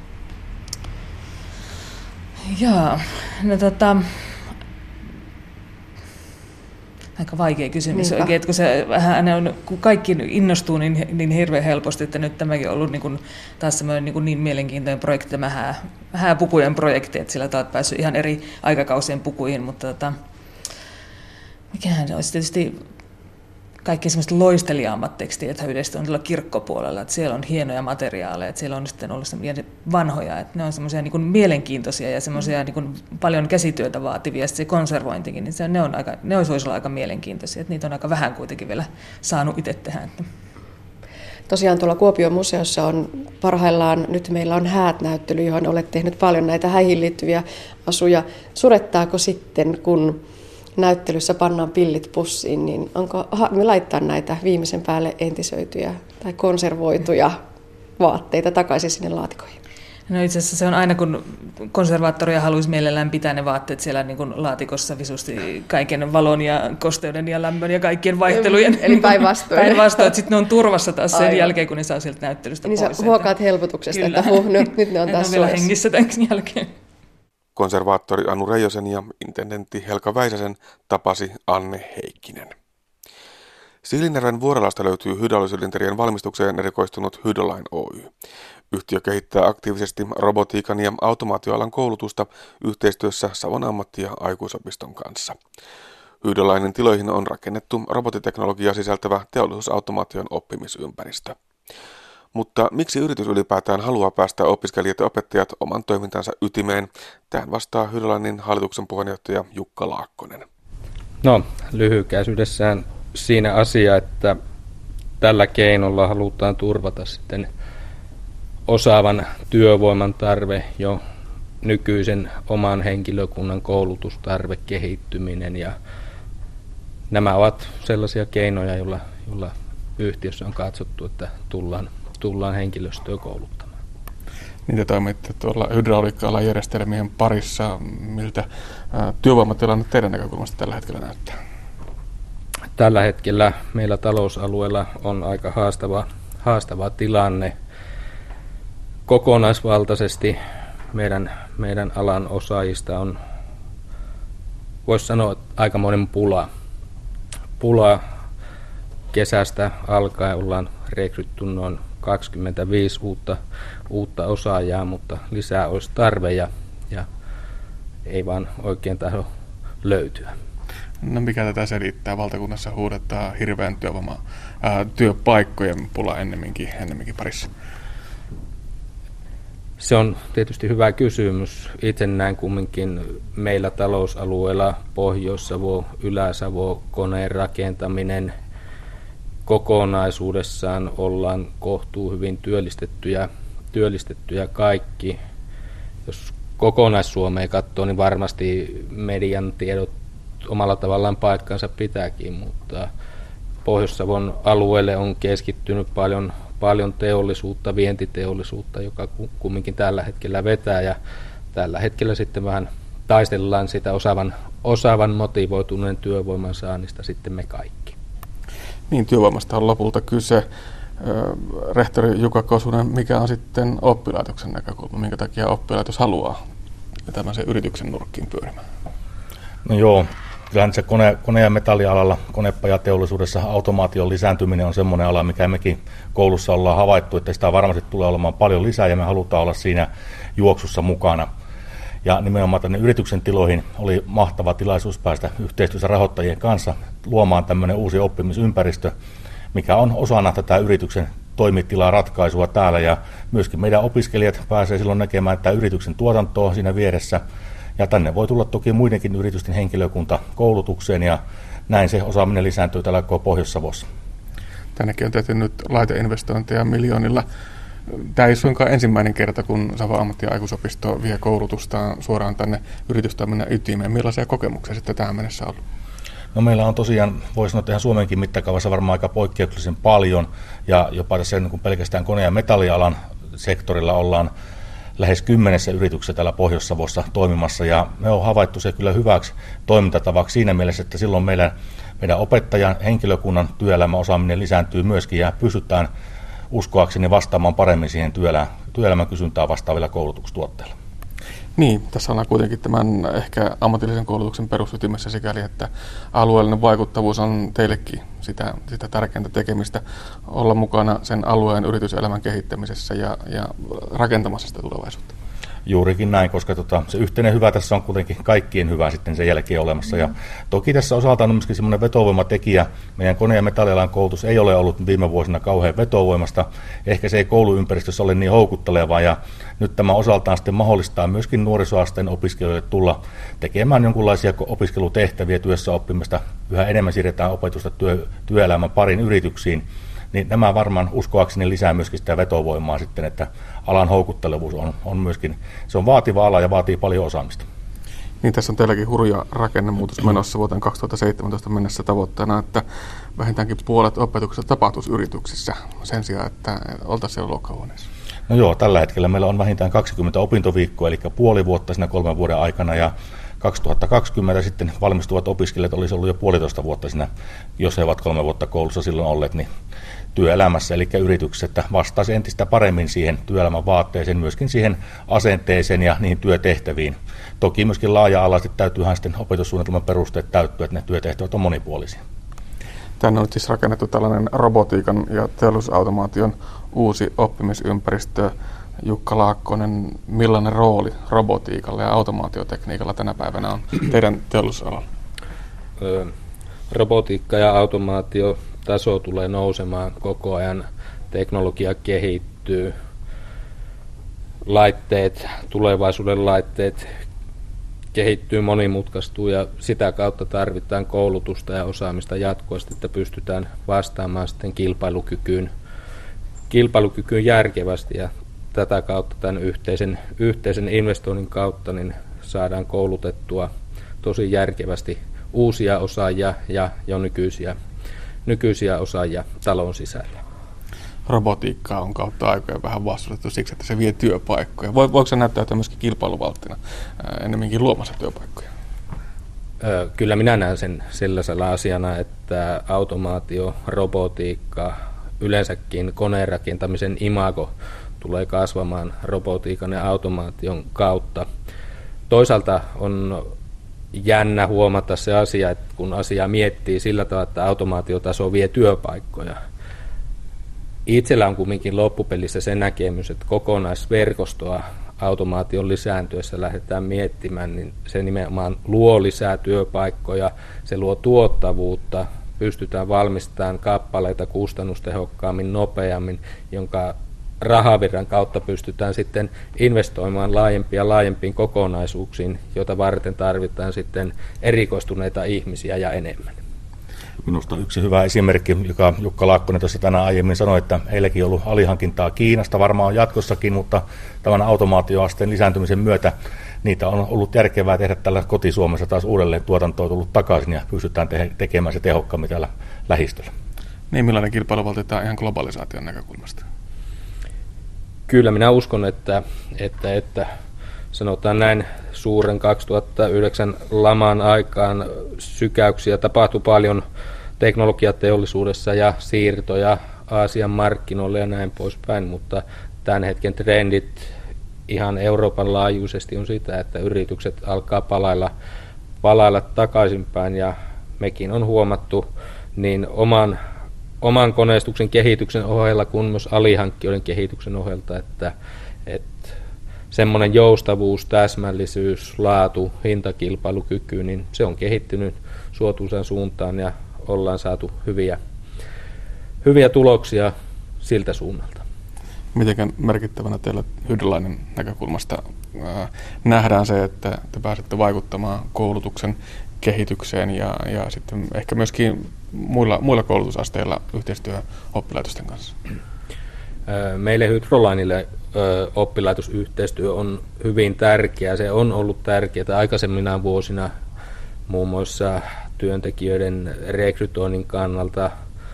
Joo, no tota... Aika vaikea kysymys Niinpä. oikein, että kun, se, vähän on, kun kaikki innostuu niin, niin hirveän helposti, että nyt tämäkin on ollut niin kuin, taas semmoinen niin, niin mielenkiintoinen projekti, tämä hää, hääpukujen projekti, että sillä olet päässyt ihan eri aikakausien pukuihin, mutta tota, mikähän se olisi tietysti kaikki semmoiset loisteliaammat tekstiä yleisesti on tuolla kirkkopuolella, että siellä on hienoja materiaaleja, että siellä on sitten ollut semmoisia vanhoja, että ne on semmoisia niin kuin mielenkiintoisia ja semmoisia niin kuin paljon käsityötä vaativia, ja se konservointikin, niin se, ne, on aika, ne olisi olla aika mielenkiintoisia, että niitä on aika vähän kuitenkin vielä saanut itse tehdä. Tosiaan tuolla Kuopion museossa on parhaillaan, nyt meillä on Häät-näyttely, johon olet tehnyt paljon näitä häihin liittyviä asuja. Surettaako sitten, kun näyttelyssä pannaan pillit pussiin, niin onko harmi laittaa näitä viimeisen päälle entisöityjä tai konservoituja vaatteita takaisin sinne laatikoihin? No itse asiassa se on aina, kun konservaattoria haluaisi mielellään pitää ne vaatteet siellä niin kuin laatikossa visusti kaiken valon ja kosteuden ja lämmön ja kaikkien vaihtelujen. Eli päinvastoin. Päinvastoin, että sitten ne on turvassa taas sen Aivan. jälkeen, kun ne saa sieltä näyttelystä niin pois. Niin sä huokaat helpotuksesta, Kyllä. että huh, nyt, nyt ne on ne taas on vielä suojassa. hengissä tämän jälkeen. Konservaattori Anu Reijosen ja intendentti Helka Väisäsen tapasi Anne Heikkinen. Siilinjärven Vuorelasta löytyy hydraulisylinterien valmistukseen erikoistunut Hydroline Oy. Yhtiö kehittää aktiivisesti robotiikan ja automaatioalan koulutusta yhteistyössä Savon ammatti- ja aikuisopiston kanssa. Hydrolinen tiloihin on rakennettu robotiteknologiaa sisältävä teollisuusautomaation oppimisympäristö. Mutta miksi yritys ylipäätään haluaa päästä opiskelijat ja opettajat oman toimintansa ytimeen? Tähän vastaa Hydrolinen hallituksen puheenjohtaja Jukka Laakkonen. No, lyhykäisyydessään siinä asia, että tällä keinolla halutaan turvata sitten osaavan työvoiman tarve, jo nykyisen oman henkilökunnan koulutustarve, kehittyminen, ja nämä ovat sellaisia keinoja, joilla, joilla yhtiössä on katsottu, että tullaan, tullaan henkilöstöä kouluttamaan. Niitä toimitte tuolla hydrauliikka-alan järjestelmien parissa. Miltä ää, työvoimatilanne teidän näkökulmasta tällä hetkellä näyttää? Tällä hetkellä meillä talousalueella on aika haastava, haastava tilanne. Kokonaisvaltaisesti meidän, meidän alan osaajista on, voisi sanoa, aikamoinen pula. Pula kesästä alkaen ollaan rekrytty noin kaksikymmentäviisi uutta, uutta osaajaa, mutta lisää olisi tarve ja, ja ei vaan oikein tahdo löytyä. No mikä tätä selittää? Valtakunnassa huudetaan hirveän työvoima, ää, työpaikkojen pula ennemminkin, ennemminkin parissa. Se on tietysti hyvä kysymys. Itse näen kumminkin meillä talousalueella Pohjois-Savo, Ylä-Savo, koneen rakentaminen kokonaisuudessaan ollaan kohtuu hyvin työllistettyjä, työllistettyjä kaikki. Jos kokonais-Suomea katsoo, niin varmasti median tiedot omalla tavallaan paikkansa pitääkin, mutta Pohjois-Savon alueelle on keskittynyt paljon, paljon teollisuutta, vientiteollisuutta, joka kumminkin tällä hetkellä vetää, ja tällä hetkellä sitten vähän taistellaan sitä osaavan, osaavan motivoituneen työvoiman saannista sitten me kaikki. Niin, työvoimasta on lopulta kyse. Rehtori Jukka Kosunen, mikä on sitten oppilaitoksen näkökulma? Minkä takia oppilaitos haluaa tämmöisen yrityksen nurkkiin pyörimään? No joo, kyllähän se kone, kone- ja metallialalla, konepajateollisuudessa automaation lisääntyminen on semmoinen ala, mikä mekin koulussa ollaan havaittu, että sitä varmasti tulee olemaan paljon lisää ja me halutaan olla siinä juoksussa mukana. Ja nimenomaan tänne yrityksen tiloihin oli mahtava tilaisuus päästä yhteistyössä rahoittajien kanssa luomaan tämmöinen uusi oppimisympäristö, mikä on osana tätä yrityksen toimitilaa ratkaisua täällä, ja myöskin meidän opiskelijat pääsee silloin näkemään tätä yrityksen tuotantoa siinä vieressä, ja tänne voi tulla toki muidenkin yritysten henkilökunta koulutukseen, ja näin se osaaminen lisääntyy täällä koko Pohjois-Savossa. Tännekin on tehty nyt laiteinvestointeja miljoonilla. Tämä ei suinkaan ensimmäinen kerta, kun Savon ammatti- ja aikuisopisto vie koulutustaan suoraan tänne yritystoiminnan ytimeen. Millaisia kokemuksia sitten tähän mennessä on ollut? No meillä on tosiaan, voisi sanoa, että ihan Suomenkin mittakaavassa varmaan aika poikkeuksellisen paljon, ja jopa tässä niin kuin pelkästään kone- ja metallialan sektorilla ollaan lähes kymmenessä yrityksessä täällä Pohjois-Savossa toimimassa, ja me on havaittu se kyllä hyväksi toimintatavaksi siinä mielessä, että silloin meidän, meidän opettajan henkilökunnan työelämän osaaminen lisääntyy myöskin, ja pystytään uskoakseni vastaamaan paremmin siihen työelämän kysyntää vastaavilla koulutustuotteilla. Niin, tässä ollaan kuitenkin tämän ehkä ammatillisen koulutuksen perusytimessä sikäli, että alueellinen vaikuttavuus on teillekin sitä, sitä tärkeintä tekemistä, olla mukana sen alueen yrityselämän kehittämisessä ja, ja rakentamassa sitä tulevaisuutta. Juurikin näin, koska tota, se yhteinen hyvä tässä on kuitenkin kaikkien hyvä sitten sen jälkeen olemassa. Ja toki tässä osaltaan on myöskin semmoinen vetovoimatekijä. Meidän kone- ja metallialan koulutus ei ole ollut viime vuosina kauhean vetovoimasta. Ehkä se ei kouluympäristössä ole niin houkuttelevaa. Ja nyt tämä osaltaan sitten mahdollistaa myöskin nuorisoasteen opiskelijoille tulla tekemään jonkinlaisia opiskelutehtäviä, työssä oppimista. Yhä enemmän siirretään opetusta työ, työelämän parin yrityksiin. Niin nämä varmaan uskoakseni lisää myöskin sitä vetovoimaa sitten, että alan houkuttelevuus on, on myöskin, se on vaativa ala ja vaatii paljon osaamista. Niin tässä on teilläkin hurja rakennemuutos menossa vuoteen kaksituhattaseitsemäntoista mennessä tavoitteena, että vähintäänkin puolet opetuksesta tapahtuisi yrityksissä sen sijaan, että oltaisiin siellä luokkahuoneessa. No joo, tällä hetkellä meillä on vähintään kaksikymmentä opintoviikkoa, eli puoli vuotta siinä kolmen vuoden aikana, ja kaksituhattakaksikymmentä sitten valmistuvat opiskelijat olisi ollut jo puolitoista vuotta siinä, jos he ovat kolme vuotta koulussa silloin olleet, niin työelämässä, eli yrityksessä, että vastaisi entistä paremmin siihen työelämän vaatteeseen, myöskin siihen asenteeseen ja niihin työtehtäviin. Toki myöskin laaja-alaisesti täytyyhän sitten opetussuunnitelman perusteet täyttyä, että ne työtehtävät on monipuolisia. Tänne on siis rakennettu tällainen robotiikan ja teollisuusautomaation uusi oppimisympäristö. Jukka Laakkonen, millainen rooli robotiikalla ja automaatiotekniikalla tänä päivänä on teidän teollisuusalalla? Robotiikka ja automaatio taso tulee nousemaan koko ajan, teknologia kehittyy, laitteet, tulevaisuuden laitteet kehittyy, monimutkaistuu ja sitä kautta tarvitaan koulutusta ja osaamista jatkuvasti, että pystytään vastaamaan sitten kilpailukykyyn, kilpailukykyyn järkevästi ja tätä kautta tämän yhteisen, yhteisen investoinnin kautta niin saadaan koulutettua tosi järkevästi uusia osaajia ja jo nykyisiä, nykyisiä osaajia talon sisällä. Robotiikkaa on kautta aikoja vähän vastustettu siksi, että se vie työpaikkoja. Voiko se näyttäytyä myöskin kilpailuvalttina ennemminkin luomassa työpaikkoja? Kyllä minä näen sen sellaisella asiana, että automaatio, robotiikka, yleensäkin koneen rakentamisen imago tulee kasvamaan robotiikan ja automaation kautta. Toisaalta on jännä huomata se asia, että kun asiaa miettii sillä tavalla, että automaatiotaso vie työpaikkoja. Itsellä on kumminkin loppupelissä se näkemys, että kokonaisverkostoa automaation lisääntyessä lähdetään miettimään, niin se nimenomaan luo lisää työpaikkoja, se luo tuottavuutta, pystytään valmistamaan kappaleita kustannustehokkaammin, nopeammin, jonka rahavirran kautta pystytään sitten investoimaan laajempiin ja laajempiin kokonaisuuksiin, joita varten tarvitaan sitten erikoistuneita ihmisiä ja enemmän. Minusta yksi hyvä esimerkki, joka Jukka Laakkonen tuossa tänään aiemmin sanoi, että heilläkin on ollut alihankintaa Kiinasta, varmaan on jatkossakin, mutta tämän automaatioasteen lisääntymisen myötä niitä on ollut järkevää tehdä tällä koti-Suomessa taas uudelleen tuotantoa tullut takaisin ja pystytään te- tekemään se tehokkaammin täällä lähistöllä. Niin, millainen kilpailuvalti tämä ihan globalisaation näkökulmasta? Kyllä minä uskon, että, että, että sanotaan näin suuren kaksituhattayhdeksän laman aikaan sykäyksiä tapahtui paljon teknologiateollisuudessa ja siirtoja Aasian markkinoille ja näin poispäin, mutta tämän hetken trendit ihan Euroopan laajuisesti on sitä, että yritykset alkaa palailla, palailla takaisinpäin ja mekin on huomattu niin oman oman koneistuksen kehityksen ohella kuin myös alihankkijoiden kehityksen ohjelta, että, että semmoinen joustavuus, täsmällisyys, laatu, hintakilpailukyky, niin se on kehittynyt suotuisan suuntaan ja ollaan saatu hyviä, hyviä tuloksia siltä suunnalta. Miten merkittävänä teillä Hydralainen näkökulmasta ää, nähdään se, että te pääsette vaikuttamaan koulutuksen kehitykseen ja, ja sitten ehkä myöskin muilla, muilla koulutusasteilla yhteistyö oppilaitosten kanssa? Meille Hydrolainille oppilaitosyhteistyö on hyvin tärkeää. Se on ollut tärkeää aikaisemmina vuosina muun muassa työntekijöiden rekrytoinnin kannalta.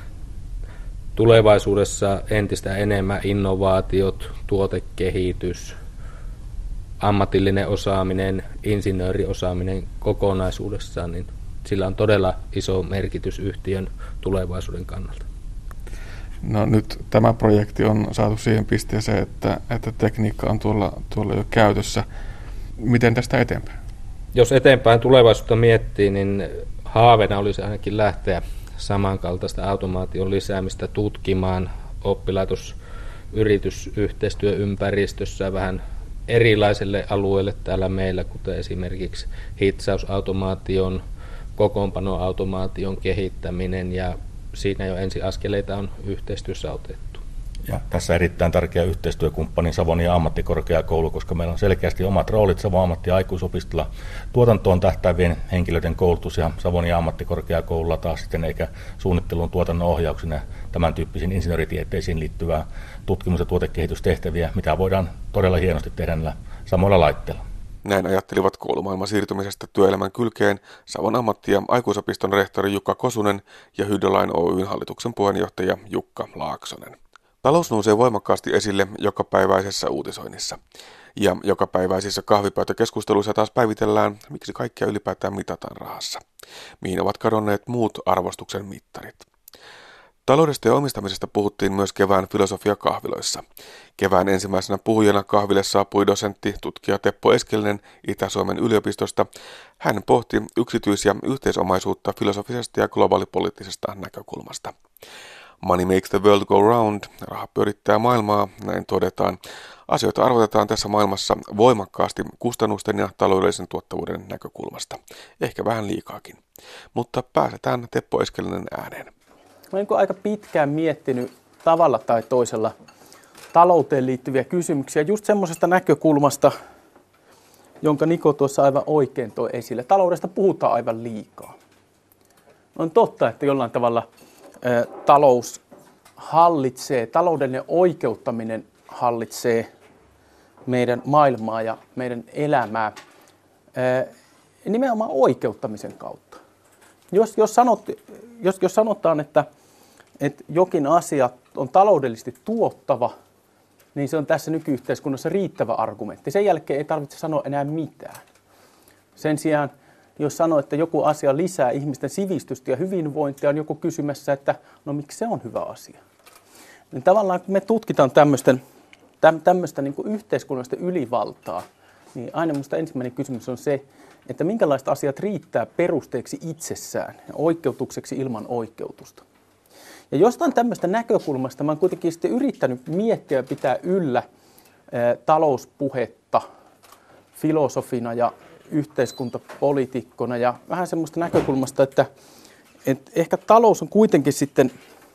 Tulevaisuudessa entistä enemmän innovaatiot, tuotekehitys, ammatillinen osaaminen, insinööriosaaminen kokonaisuudessaan, niin sillä on todella iso merkitys yhtiön tulevaisuuden kannalta. No nyt tämä projekti on saatu siihen pisteeseen, että, että tekniikka on tuolla, tuolla jo käytössä. Miten tästä eteenpäin? Jos eteenpäin tulevaisuutta miettii, niin haaveena olisi ainakin lähteä samankaltaista automaation lisäämistä tutkimaan oppilaitos yritysyhteistyöympäristössä vähän erilaisille alueille täällä meillä, kuten esimerkiksi hitsausautomaation, kokoonpanoautomaation kehittäminen, ja siinä jo ensiaskeleita on yhteistyössä otettu. Ja tässä erittäin tärkeä yhteistyökumppani Savonia ammattikorkeakoulu, koska meillä on selkeästi omat roolit Savon ammatti- ja aikuisopistolla tuotantoon tähtäävien henkilöiden koulutus ja Savonia ammattikorkeakoululla taas sitten eikä suunnittelun tuotannon ohjauksen ja tämän tyyppisiin insinööritieteisiin liittyvää tutkimus- ja tuotekehitystehtäviä, mitä voidaan todella hienosti tehdä näillä samoilla laitteilla. Näin ajattelivat koulumaailman siirtymisestä työelämän kylkeen Savon ammatti- ja aikuisopiston rehtori Jukka Kosunen ja Hydroline Oyn hallituksen puheenjohtaja Jukka Laaksonen. Talous nousee voimakkaasti esille jokapäiväisessä uutisoinnissa. Ja jokapäiväisissä kahvipöytäkeskusteluissa taas päivitellään, miksi kaikkea ylipäätään mitataan rahassa. Mihin ovat kadonneet muut arvostuksen mittarit. Taloudesta ja omistamisesta puhuttiin myös kevään filosofiakahviloissa. Kevään ensimmäisenä puhujana kahville saapui dosentti, tutkija Teppo Eskelinen Itä-Suomen yliopistosta. Hän pohti yksityis- ja yhteisomaisuutta filosofisesta ja globaalipoliittisesta näkökulmasta. Money makes the world go round, raha pyörittää maailmaa, näin todetaan. Asioita arvotetaan tässä maailmassa voimakkaasti kustannusten ja taloudellisen tuottavuuden näkökulmasta. Ehkä vähän liikaakin. Mutta pääsetään Teppo Eskelinen ääneen. Olen aika pitkään miettinyt tavalla tai toisella talouteen liittyviä kysymyksiä just semmoisesta näkökulmasta, jonka Niko tuossa aivan oikein toi esille. Taloudesta puhutaan aivan liikaa. On totta, että jollain tavalla ä, talous hallitsee, taloudellinen oikeuttaminen hallitsee meidän maailmaa ja meidän elämää ä, nimenomaan oikeuttamisen kautta. Jos, jos, sanot, jos, jos sanotaan, että, että jokin asia on taloudellisesti tuottava, niin se on tässä nykyyhteiskunnassa riittävä argumentti. Sen jälkeen ei tarvitse sanoa enää mitään. Sen sijaan, jos sanoo, että joku asia lisää ihmisten sivistystä ja hyvinvointia, on joku kysymässä, että no miksi se on hyvä asia. Niin tavallaan kun me tutkitaan tämmöisten, tämmöistä niin kuin yhteiskunnallista ylivaltaa, niin aina minusta ensimmäinen kysymys on se, että minkälaiset asiat riittää perusteeksi itsessään ja oikeutukseksi ilman oikeutusta. Ja jostain tämmöistä näkökulmasta mä oon kuitenkin sitten yrittänyt miettiä ja pitää yllä ä, talouspuhetta filosofina ja yhteiskuntapoliitikkona ja vähän semmoista näkökulmasta, että, että ehkä talous on kuitenkin sitten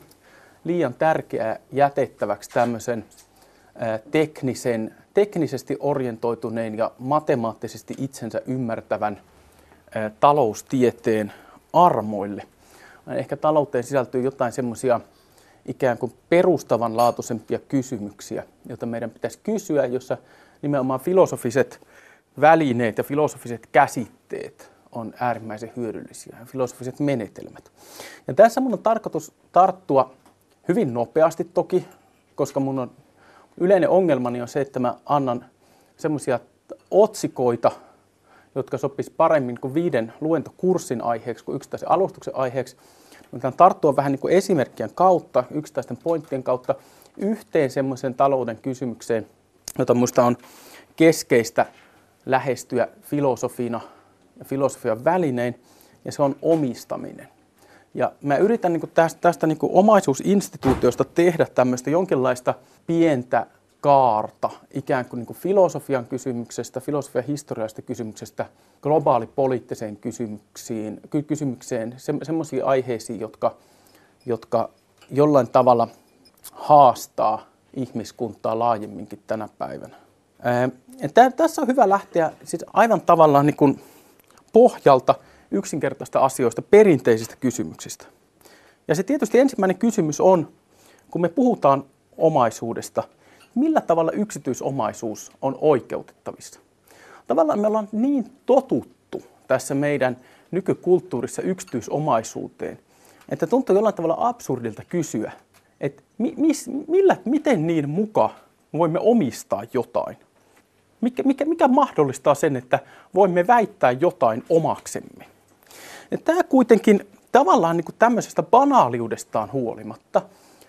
liian tärkeää jätettäväksi tämmöisen ä, teknisen, teknisesti orientoituneen ja matemaattisesti itsensä ymmärtävän ä, taloustieteen armoille. Ehkä talouteen sisältyy jotain semmoisia ikään kuin perustavanlaatuisempia kysymyksiä, joita meidän pitäisi kysyä, jossa nimenomaan filosofiset välineet ja filosofiset käsitteet on äärimmäisen hyödyllisiä, ja filosofiset menetelmät. Ja tässä mun on tarkoitus tarttua hyvin nopeasti toki, koska mun on yleinen ongelmani on se, että mä annan semmoisia otsikoita, jotka sopisi paremmin kuin viiden luentokurssin aiheeksi kuin yksittäisen alustuksen aiheeksi. Mutta tarttua vähän niin kuin esimerkkien kautta, yksittäisten pointtien kautta yhteen semmoisen talouden kysymykseen, jota minusta on keskeistä lähestyä filosofina ja filosofian välinein, ja se on omistaminen. Ja mä yritän niin kuin tästä, tästä niin kuin omaisuusinstituutiosta tehdä tämmöistä jonkinlaista pientä kaarta ikään kuin, niin kuin filosofian kysymyksestä, filosofian historiallisesta kysymyksestä, globaalipoliittiseen kysymyksiin, ky- kysymykseen, se, semmoisiin aiheisiin, jotka, jotka jollain tavalla haastaa ihmiskuntaa laajemminkin tänä päivänä. Ää, tä, tässä on hyvä lähteä siis aivan tavallaan niin kuin pohjalta yksinkertaista asioista, perinteisistä kysymyksistä. Ja se tietysti ensimmäinen kysymys on, kun me puhutaan omaisuudesta, millä tavalla yksityisomaisuus on oikeutettavissa? Tavallaan me ollaan niin totuttu tässä meidän nykykulttuurissa yksityisomaisuuteen, että tuntuu jollain tavalla absurdilta kysyä, että mi, mis, millä, miten niin muka voimme omistaa jotain? Mikä, mikä, mikä mahdollistaa sen, että voimme väittää jotain omaksemme? Ja tämä kuitenkin tavallaan niin kuin tämmöisestä banaaliudestaan huolimatta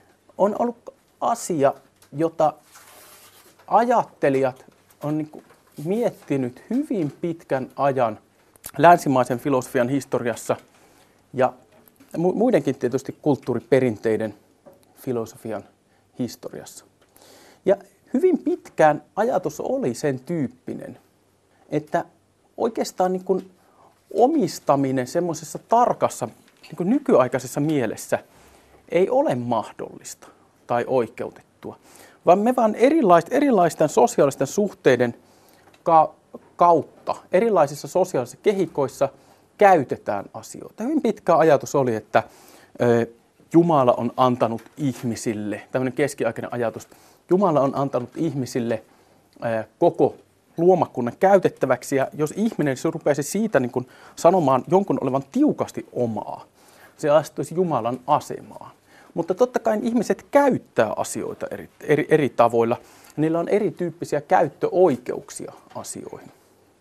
on ollut asia, jota ajattelijat on niin kuin miettinyt hyvin pitkän ajan länsimaisen filosofian historiassa ja muidenkin tietysti kulttuuriperinteiden filosofian historiassa. Ja hyvin pitkään ajatus oli sen tyyppinen, että oikeastaan niin kuin omistaminen semmoisessa tarkassa niin kuin nykyaikaisessa mielessä ei ole mahdollista tai oikeutettua, vaan me vaan erilaisten, erilaisten sosiaalisten suhteiden ka- kautta, erilaisissa sosiaalisissa kehikoissa käytetään asioita. Hyvin pitkä ajatus oli, että ö, Jumala on antanut ihmisille, tämmöinen keskiaikainen ajatus, Jumala on antanut ihmisille ö, koko luomakunnan käytettäväksi, ja jos ihminen se rupeaisi siitä niin kuin sanomaan jonkun olevan tiukasti omaa, se astuisi Jumalan asemaan. Mutta totta kai ihmiset käyttää asioita eri, eri, eri tavoilla. Niillä on erityyppisiä käyttöoikeuksia asioihin.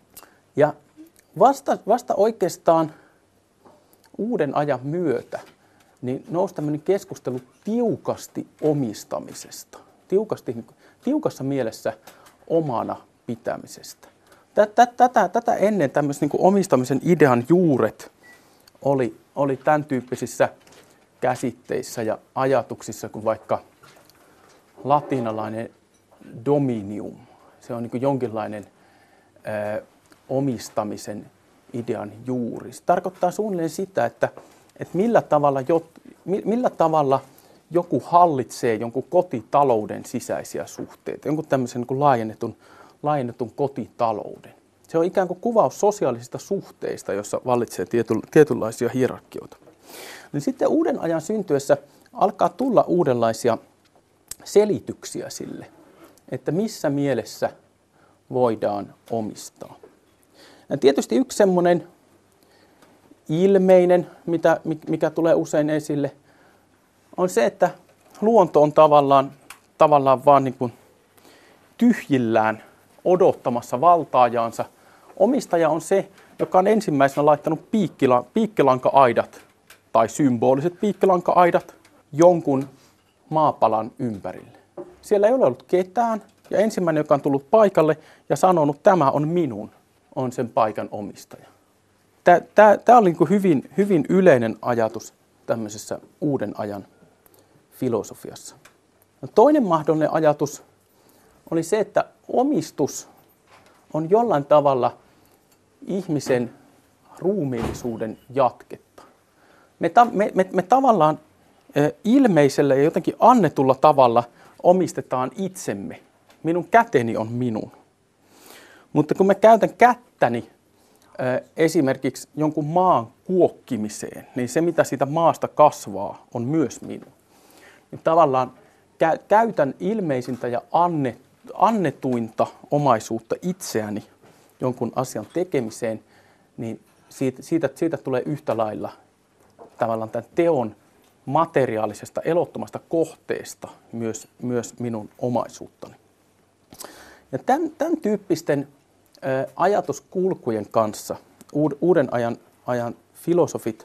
Ja vasta, vasta oikeastaan uuden ajan myötä niin nousi tämmöinen keskustelu tiukasti omistamisesta. Tiukasti, tiukassa mielessä omana pitämisestä. Tätä, tätä, tätä ennen tämmöisen niin kuin omistamisen idean juuret oli, oli tämän tyyppisissä käsitteissä ja ajatuksissa kuin vaikka latinalainen dominium. Se on niin kuin jonkinlainen ö, omistamisen idean juuri. Se tarkoittaa suunnilleen sitä, että, että millä, tavalla jot, millä tavalla joku hallitsee jonkun kotitalouden sisäisiä suhteita, jonkun tämmöisen niin kuin laajennetun, laajennetun kotitalouden. Se on ikään kuin kuvaus sosiaalisista suhteista, jossa vallitsee tietynlaisia hierarkioita. Niin sitten uuden ajan syntyessä alkaa tulla uudenlaisia selityksiä sille, että missä mielessä voidaan omistaa. Ja tietysti yksi semmoinen ilmeinen, mitä, mikä tulee usein esille, on se, että luonto on tavallaan, tavallaan vaan niin kuin tyhjillään odottamassa valtaajaansa. Omistaja on se, joka on ensimmäisenä laittanut piikkila, piikkilanka-aidat tai symboliset piikkilanka-aidat jonkun maapalan ympärille. Siellä ei ole ollut ketään, ja ensimmäinen, joka on tullut paikalle ja sanonut, että tämä on minun, on sen paikan omistaja. Tämä oli hyvin, hyvin yleinen ajatus tämmöisessä uuden ajan filosofiassa. No toinen mahdollinen ajatus oli se, että omistus on jollain tavalla ihmisen ruumiillisuuden jatketta. Me, ta, me, me, me tavallaan e, ilmeisellä ja jotenkin annetulla tavalla omistetaan itsemme. Minun käteni on minun. Mutta kun mä käytän kättäni e, esimerkiksi jonkun maan kuokkimiseen, niin se mitä siitä maasta kasvaa on myös minun. Ja tavallaan kä, käytän ilmeisintä ja annet, annetuinta omaisuutta itseäni jonkun asian tekemiseen, niin siitä, siitä, siitä tulee yhtä lailla tavallaan tämän teon materiaalisesta elottomasta kohteesta myös, myös minun omaisuuttani. Ja tämän, tämän tyyppisten ä, ajatuskulkujen kanssa uuden ajan, ajan filosofit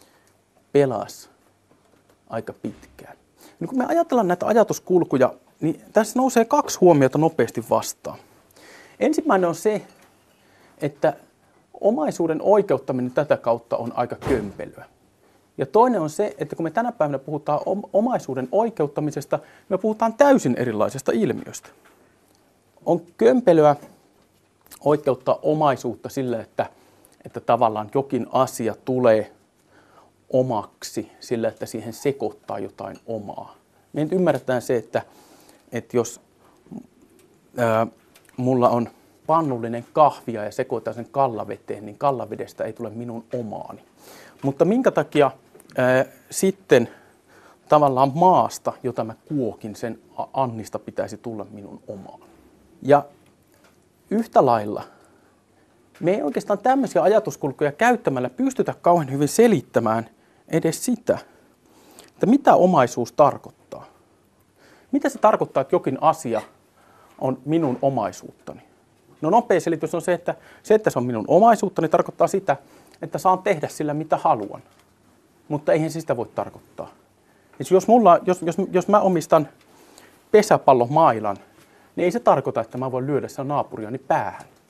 pelas aika pitkään. Ja kun me ajatellaan näitä ajatuskulkuja, niin tässä nousee kaksi huomiota nopeasti vastaan. Ensimmäinen on se, että omaisuuden oikeuttaminen tätä kautta on aika kömpelöä. Ja toinen on se, että kun me tänä päivänä puhutaan omaisuuden oikeuttamisesta, me puhutaan täysin erilaisesta ilmiöstä. On kömpelöä oikeuttaa omaisuutta sillä, että, että tavallaan jokin asia tulee omaksi sillä, että siihen sekoittaa jotain omaa. Me nyt ymmärretään se, että, että jos ää, mulla on pannullinen kahvia ja sekoitan sen kallaveteen, niin kallavedestä ei tule minun omaani. Mutta minkä takia ää, sitten tavallaan maasta, jota mä kuokin, sen annista pitäisi tulla minun omaan. Ja yhtä lailla me ei oikeastaan tämmöisiä ajatuskulkuja käyttämällä pystytä kauhean hyvin selittämään edes sitä, että mitä omaisuus tarkoittaa. Mitä se tarkoittaa, että jokin asia on minun omaisuuttani? No nopea selitys on se, että se, että se on minun omaisuuttani, tarkoittaa sitä, että saan tehdä sillä mitä haluan. Mutta eihän se sitä voi tarkoittaa. Jos, mulla, jos, jos, jos mä omistan pesäpallomailan, niin ei se tarkoita, että mä voin lyödä sen naapuriani päähän.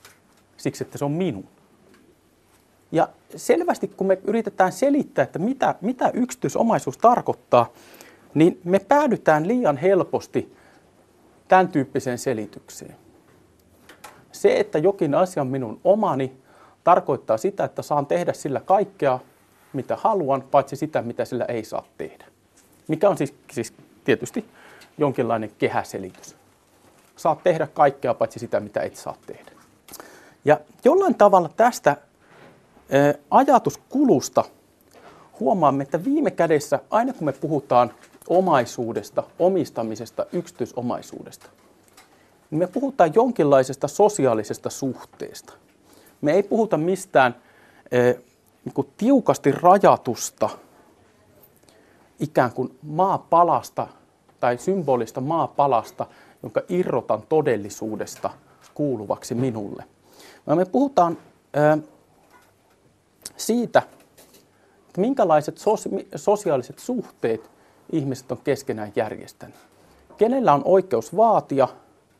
siksi, että se on minun. Ja selvästi, kun me yritetään selittää, että mitä, mitä yksityisomaisuus tarkoittaa, niin me päädytään liian helposti tämän tyyppiseen selitykseen. Se, että jokin asia on minun omani, tarkoittaa sitä, että saan tehdä sillä kaikkea, mitä haluan, paitsi sitä, mitä sillä ei saa tehdä. Mikä on siis, siis tietysti jonkinlainen kehäselitys. Saat tehdä kaikkea, paitsi sitä, mitä et saa tehdä. Ja jollain tavalla tästä ä, ajatuskulusta huomaamme, että viime kädessä, aina kun me puhutaan omaisuudesta, omistamisesta, yksityisomaisuudesta, niin me puhutaan jonkinlaisesta sosiaalisesta suhteesta. Me ei puhuta mistään eh, niin kuin tiukasti rajatusta ikään kuin maapalasta tai symbolista maapalasta, jonka irrotan todellisuudesta kuuluvaksi minulle. Me puhutaan eh, siitä, että minkälaiset sosia- sosiaaliset suhteet ihmiset on keskenään järjestänyt. Kenellä on oikeus vaatia,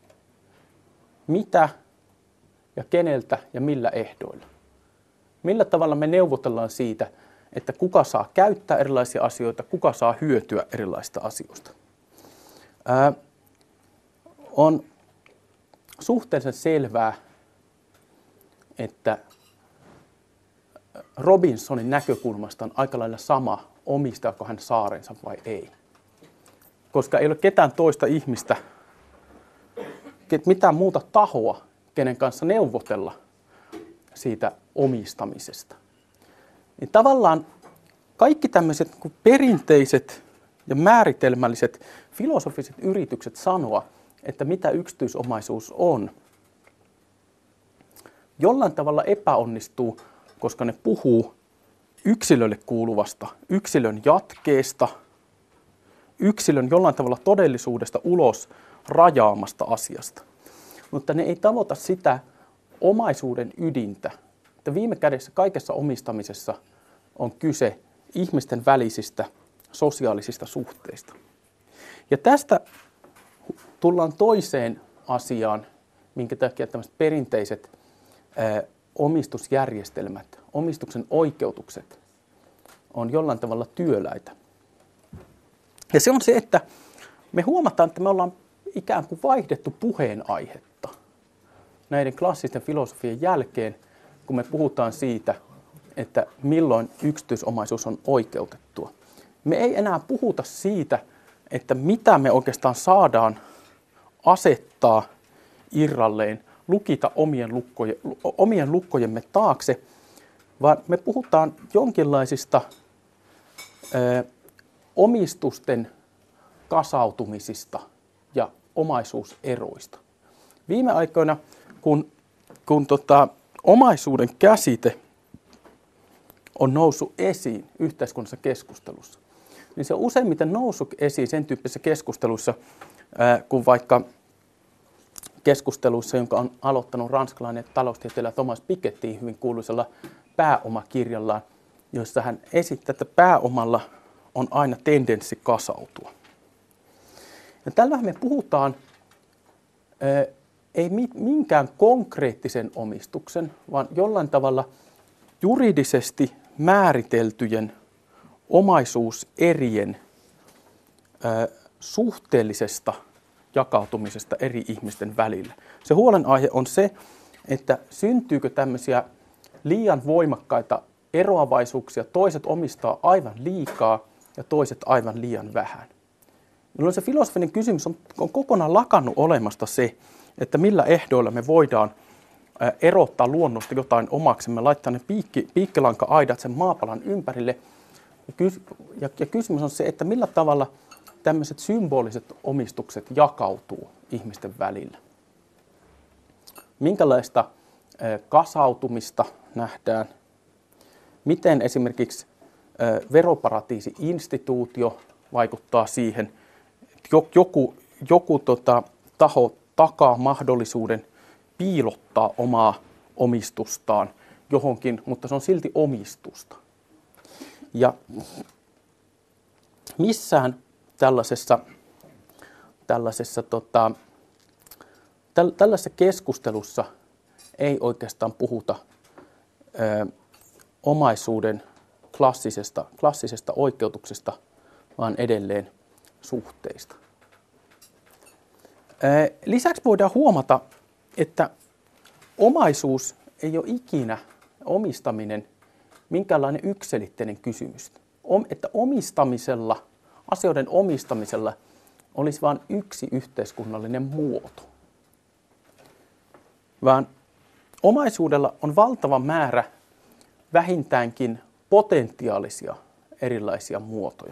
mitä ja keneltä ja millä ehdoilla. Millä tavalla me neuvotellaan siitä, että kuka saa käyttää erilaisia asioita, kuka saa hyötyä erilaisista asioista. Ää, on suhteellisen selvää, että Robinsonin näkökulmasta on aika lailla sama, omistaako hän saarensa vai ei. Koska ei ole ketään toista ihmistä, mitään muuta tahoa, kenen kanssa neuvotella siitä omistamisesta. Niin tavallaan kaikki tämmöiset perinteiset ja määritelmälliset filosofiset yritykset sanoa, että mitä yksityisomaisuus on, jollain tavalla epäonnistuu, koska ne puhuu yksilölle kuuluvasta, yksilön jatkeesta, yksilön jollain tavalla todellisuudesta ulos rajaamasta asiasta. Mutta ne ei tavoita sitä omaisuuden ydintä, että viime kädessä kaikessa omistamisessa on kyse ihmisten välisistä sosiaalisista suhteista. Ja tästä tullaan toiseen asiaan, minkä takia tämmöiset perinteiset ää, omistusjärjestelmät, omistuksen oikeutukset on jollain tavalla työläitä. Ja se on se, että me huomataan, että me ollaan ikään kuin vaihdettu puheenaihetta näiden klassisten filosofien jälkeen, kun me puhutaan siitä, että milloin yksityisomaisuus on oikeutettua. Me ei enää puhuta siitä, että mitä me oikeastaan saadaan asettaa irralleen, lukita omien, lukkojen, omien lukkojemme taakse, vaan me puhutaan jonkinlaisista ö, omistusten kasautumisista ja omaisuuseroista. Viime aikoina, kun, kun tota, omaisuuden käsite on noussut esiin yhteiskunnassa keskustelussa, niin se on useimmiten noussut esiin sen tyyppisessä keskustelussa, ää, kuin vaikka keskustelussa, jonka on aloittanut ranskalainen taloustieteilijä Thomas Piketty hyvin kuuluisella pääomakirjallaan, jossa hän esittää, että pääomalla on aina tendenssi kasautua. Ja tällä me puhutaan ää, ei minkään konkreettisen omistuksen, vaan jollain tavalla juridisesti määriteltyjen omaisuuserien ää, suhteellisesta jakautumisesta eri ihmisten välillä. Se huolenaihe on se, että syntyykö tämmöisiä liian voimakkaita eroavaisuuksia, toiset omistaa aivan liikaa ja toiset aivan liian vähän. Jolloin se filosofinen kysymys on, on kokonaan lakannut olemasta se, että millä ehdoilla me voidaan erottaa luonnosta jotain omaksemme, laittaa ne piikki, piikkilanka-aidat sen maapalan ympärille. Ja, kys, ja, ja kysymys on se, että millä tavalla tämmöiset symboliset omistukset jakautuu ihmisten välillä. Minkälaista kasautumista nähdään, miten esimerkiksi veroparatiisi-instituutio vaikuttaa siihen, että joku, joku tota, taho takaa mahdollisuuden piilottaa omaa omistustaan johonkin, mutta se on silti omistusta. Ja missään tällaisessa, tällaisessa, tota, täl, tällaisessa keskustelussa ei oikeastaan puhuta ö, omaisuuden klassisesta, klassisesta oikeutuksesta, vaan edelleen suhteista. Ö, lisäksi voidaan huomata, että omaisuus ei ole ikinä omistaminen minkäänlainen yksiselitteinen kysymys. Om, että omistamisella, asioiden omistamisella olisi vain yksi yhteiskunnallinen muoto. Vaan omaisuudella on valtava määrä vähintäänkin potentiaalisia erilaisia muotoja.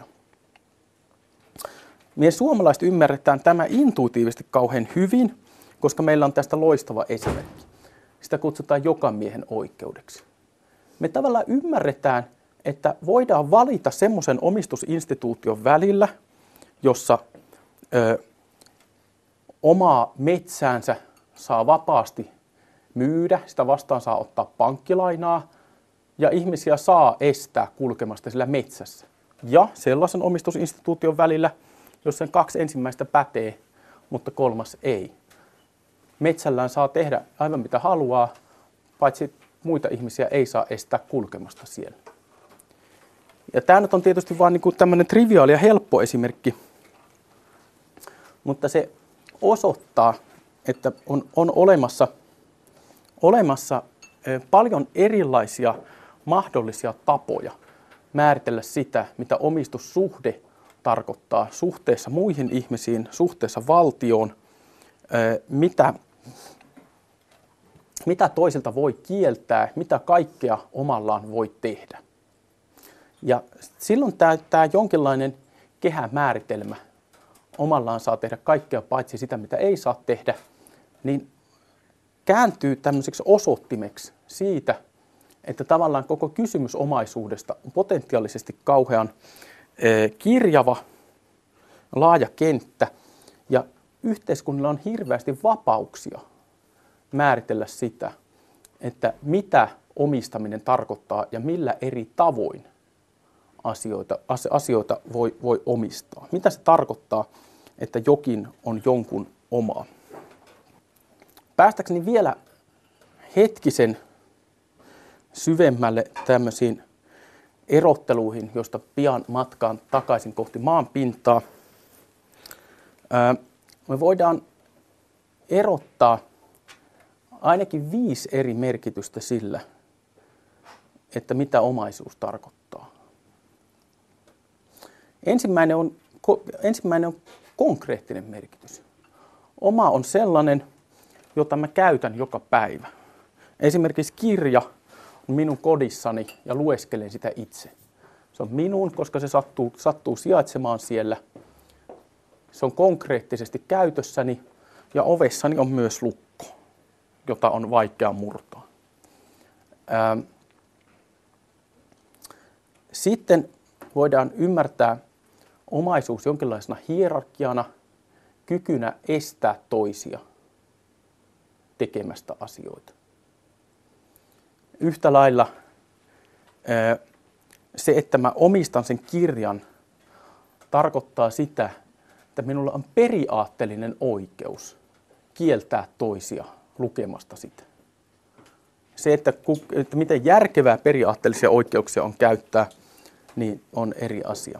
Me suomalaiset ymmärretään tämä intuitiivisesti kauhean hyvin, koska meillä on tästä loistava esimerkki. Sitä kutsutaan jokamiehen oikeudeksi. Me tavallaan ymmärretään, että voidaan valita semmoisen omistusinstituution välillä, jossa ö, omaa metsäänsä saa vapaasti myydä, sitä vastaan saa ottaa pankkilainaa ja ihmisiä saa estää kulkemasta sillä metsässä. Ja sellaisen omistusinstituution välillä, jossa kaksi ensimmäistä pätee, mutta kolmas ei. Metsällään saa tehdä aivan mitä haluaa, paitsi muita ihmisiä ei saa estää kulkemasta siellä. Ja tämä nyt on tietysti vain niin tämmöinen triviaali ja helppo esimerkki, mutta se osoittaa, että on, on olemassa, olemassa paljon erilaisia mahdollisia tapoja määritellä sitä, mitä omistussuhde tarkoittaa suhteessa muihin ihmisiin, suhteessa valtioon, mitä, mitä toisilta voi kieltää, mitä kaikkea omallaan voi tehdä. Ja silloin tämä, tämä jonkinlainen kehämääritelmä, omallaan saa tehdä kaikkea paitsi sitä, mitä ei saa tehdä, niin kääntyy tämmöiseksi osoittimeksi siitä, että tavallaan koko kysymys omaisuudesta on potentiaalisesti kauhean kirjava, laaja kenttä, ja yhteiskunnalla on hirveästi vapauksia määritellä sitä, että mitä omistaminen tarkoittaa ja millä eri tavoin asioita, asioita voi, voi omistaa. Mitä se tarkoittaa, että jokin on jonkun omaa. Päästäkseni vielä hetkisen syvemmälle tämmöisiin erotteluihin, josta pian matkaan takaisin kohti maan pintaa. Me voidaan erottaa ainakin viisi eri merkitystä sillä, että mitä omaisuus tarkoittaa. Ensimmäinen on, ensimmäinen on konkreettinen merkitys. Oma on sellainen, jota mä käytän joka päivä. Esimerkiksi kirja on minun kodissani ja lueskelen sitä itse. Se on minun, koska se sattuu, sattuu sijaitsemaan siellä. Se on konkreettisesti käytössäni ja ovessani on myös lukko, jota on vaikea murtaa. Ähm. Sitten voidaan ymmärtää omaisuus jonkinlaisena hierarkiana, kykynä estää toisia tekemästä asioita. Yhtä lailla se, että mä omistan sen kirjan, tarkoittaa sitä, että minulla on periaatteellinen oikeus kieltää toisia lukemasta sitä. Se, että, että miten järkevää periaatteellisia oikeuksia on käyttää, niin on eri asia.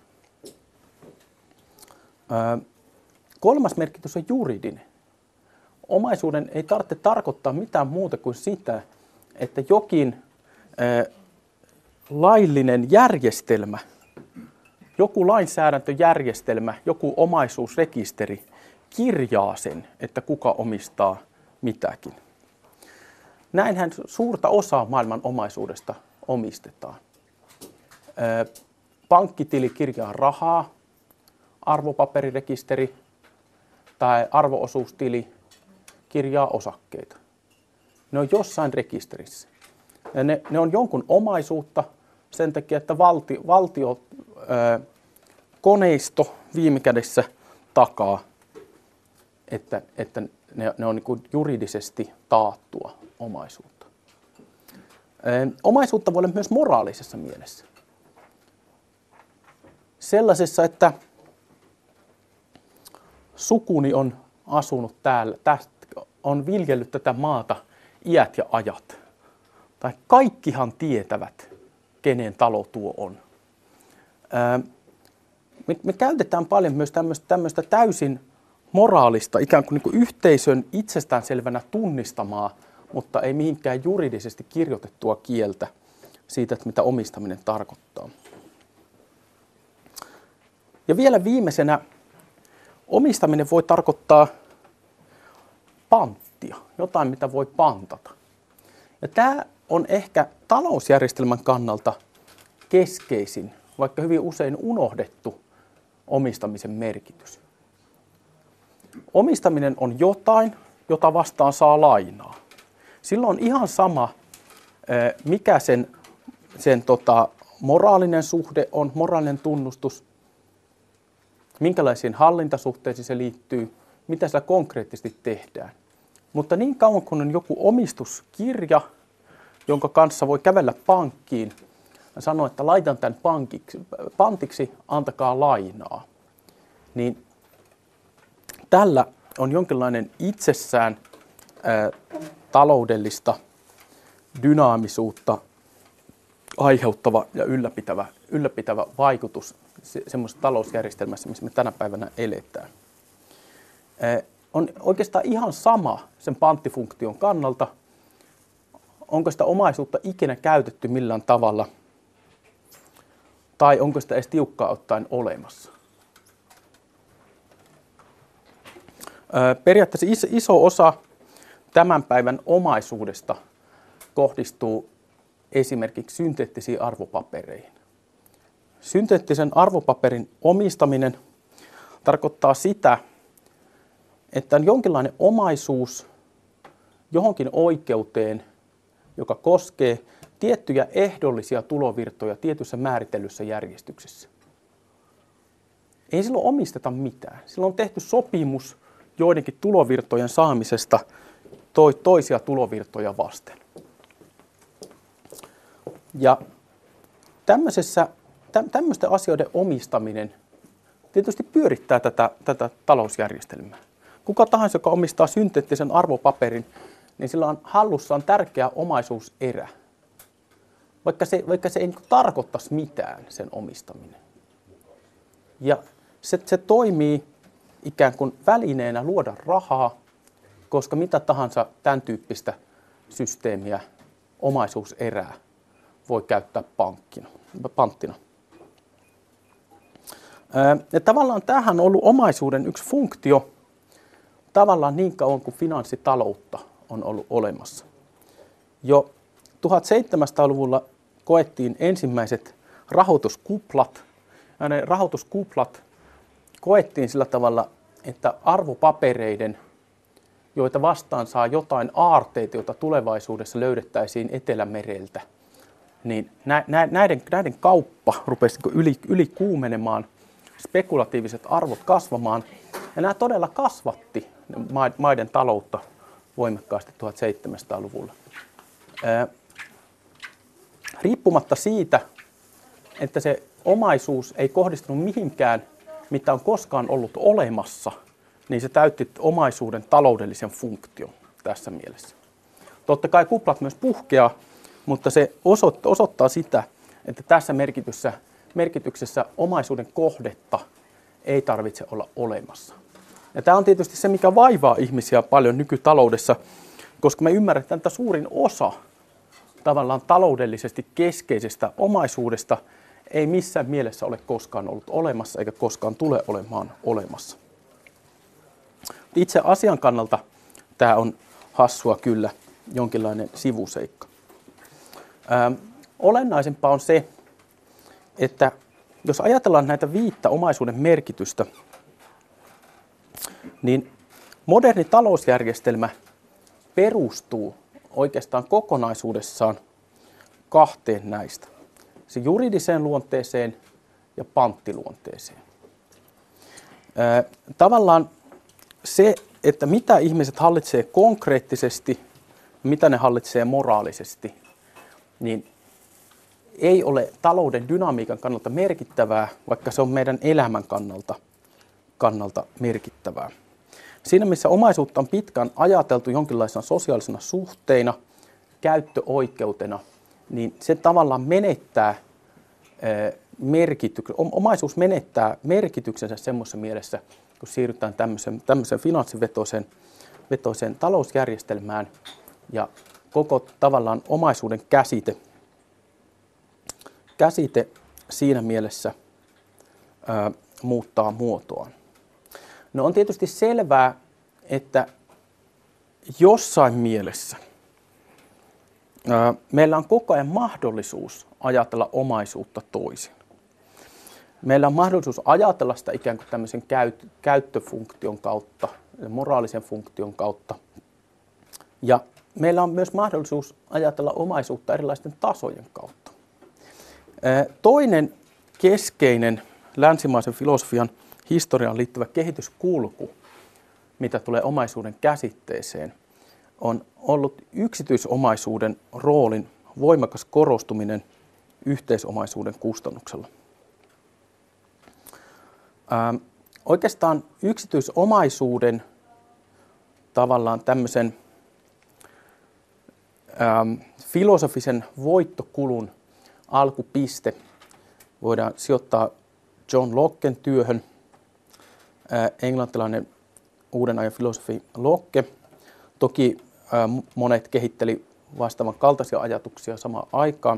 Kolmas merkitys on juridinen. Omaisuuden ei tarvitse tarkoittaa mitään muuta kuin sitä, että jokin laillinen järjestelmä, joku lainsäädäntöjärjestelmä, joku omaisuusrekisteri kirjaa sen, että kuka omistaa mitäkin. Näinhän suurta osaa maailman omaisuudesta omistetaan. Pankkitili kirjaa rahaa, arvopaperirekisteri tai arvo-osuustili kirjaa osakkeita. Ne on jossain rekisterissä. Ja ne, ne on jonkun omaisuutta sen takia, että valti, valtio, ää, koneisto viime kädessä takaa, että, että ne, ne on niin kuin juridisesti taattua omaisuutta. Ää, omaisuutta voi olla myös moraalisessa mielessä. Sellaisessa, että sukuni on asunut täällä, tästä, on viljellyt tätä maata iät ja ajat. Tai kaikkihan tietävät, kenen talo tuo on. Me, me käytetään paljon myös tämmöistä, tämmöistä täysin moraalista, ikään kuin, niin kuin yhteisön itsestäänselvänä tunnistamaa, mutta ei mihinkään juridisesti kirjoitettua kieltä siitä, että mitä omistaminen tarkoittaa. Ja vielä viimeisenä, omistaminen voi tarkoittaa panttia, jotain mitä voi pantata. Ja tämä on ehkä talousjärjestelmän kannalta keskeisin, vaikka hyvin usein unohdettu omistamisen merkitys. Omistaminen on jotain, jota vastaan saa lainaa. Silloin on ihan sama, mikä sen, sen tota, moraalinen suhde on, moraalinen tunnustus, minkälaisiin hallintasuhteisiin se liittyy, mitä sillä konkreettisesti tehdään. Mutta niin kauan kun on joku omistuskirja, jonka kanssa voi kävellä pankkiin ja sanoa, että laitan tämän pankiksi, pantiksi, antakaa lainaa, niin tällä on jonkinlainen itsessään ää, taloudellista dynaamisuutta aiheuttava ja ylläpitävä, ylläpitävä vaikutus se, semmoisessa talousjärjestelmässä, missä me tänä päivänä eletään. Ää, on oikeastaan ihan sama sen panttifunktion kannalta, onko sitä omaisuutta ikinä käytetty millään tavalla, tai onko sitä edes tiukkaa ottaen olemassa. Periaatteessa iso osa tämän päivän omaisuudesta kohdistuu esimerkiksi synteettisiin arvopapereihin. Synteettisen arvopaperin omistaminen tarkoittaa sitä, että on jonkinlainen omaisuus johonkin oikeuteen, joka koskee tiettyjä ehdollisia tulovirtoja tietyssä määritellyssä järjestyksessä. Ei silloin omisteta mitään. Silloin on tehty sopimus joidenkin tulovirtojen saamisesta toisia tulovirtoja vasten. Ja tämmöisessä, tämmöisten asioiden omistaminen tietysti pyörittää tätä, tätä talousjärjestelmää. Kuka tahansa, joka omistaa synteettisen arvopaperin, niin sillä on hallussaan tärkeä omaisuuserä, vaikka se, vaikka se ei niin kuin tarkoittaisi mitään sen omistaminen. Ja se, se toimii ikään kuin välineenä luoda rahaa, koska mitä tahansa tämän tyyppistä systeemiä, omaisuuserää, voi käyttää pankkina, panttina. Ja tavallaan tämähän on ollut omaisuuden yksi funktio tavallaan niin kauan kuin finanssitaloutta on ollut olemassa. Jo tuhatseitsemänsataaluvulla koettiin ensimmäiset rahoituskuplat. Ja ne rahoituskuplat koettiin sillä tavalla, että arvopapereiden, joita vastaan saa jotain aarteita, joita tulevaisuudessa löydettäisiin Etelämereltä, niin näiden, näiden kauppa rupesi yli, yli kuumenemaan, spekulatiiviset arvot kasvamaan, ja nämä todella kasvatti maiden taloutta voimakkaasti tuhatseitsemänsataaluvulla. Ää, riippumatta siitä, että se omaisuus ei kohdistunut mihinkään, mitä on koskaan ollut olemassa, niin se täytti omaisuuden taloudellisen funktion tässä mielessä. Totta kai kuplat myös puhkeaa, mutta se osoittaa sitä, että tässä merkityksessä, merkityksessä omaisuuden kohdetta ei tarvitse olla olemassa. Ja tämä on tietysti se, mikä vaivaa ihmisiä paljon nykytaloudessa, koska me ymmärretään, että suurin osa tavallaan taloudellisesti keskeisestä omaisuudesta ei missään mielessä ole koskaan ollut olemassa eikä koskaan tule olemaan olemassa. Itse asian kannalta tämä on hassua kyllä jonkinlainen sivuseikka. Ää, olennaisempaa on se, että jos ajatellaan näitä viittä omaisuuden merkitystä, niin moderni talousjärjestelmä perustuu oikeastaan kokonaisuudessaan kahteen näistä. Se juridiseen luonteeseen ja panttiluonteeseen. Ää, tavallaan se, että mitä ihmiset hallitsee konkreettisesti, mitä ne hallitsee moraalisesti, niin ei ole talouden dynamiikan kannalta merkittävää, vaikka se on meidän elämän kannalta, kannalta merkittävää. Siinä missä omaisuutta on pitkään ajateltu jonkinlaisena sosiaalisena suhteina, käyttöoikeutena, niin se tavallaan menettää merkityksen, omaisuus menettää merkityksensä semmoisessa mielessä, kun siirrytään tämmöiseen, tämmöiseen finanssivetoiseen vetoiseen talousjärjestelmään ja koko tavallaan omaisuuden käsite, käsite siinä mielessä ää, muuttaa muotoaan. No on tietysti selvää, että jossain mielessä ää, meillä on koko ajan mahdollisuus ajatella omaisuutta toisin. Meillä on mahdollisuus ajatella sitä ikään kuin tämmöisen käyt, käyttöfunktion kautta, moraalisen funktion kautta. Ja meillä on myös mahdollisuus ajatella omaisuutta erilaisten tasojen kautta. Toinen keskeinen länsimaisen filosofian historiaan liittyvä kehityskulku, mitä tulee omaisuuden käsitteeseen, on ollut yksityisomaisuuden roolin voimakas korostuminen yhteisomaisuuden kustannuksella. Ähm, oikeastaan yksityisomaisuuden tavallaan tämmöisen ähm, filosofisen voittokulun alkupiste voidaan sijoittaa John Locken työhön, äh, englantilainen uuden ajan filosofi Locke. Toki äh, monet kehitteli vastaavan kaltaisia ajatuksia samaan aikaan.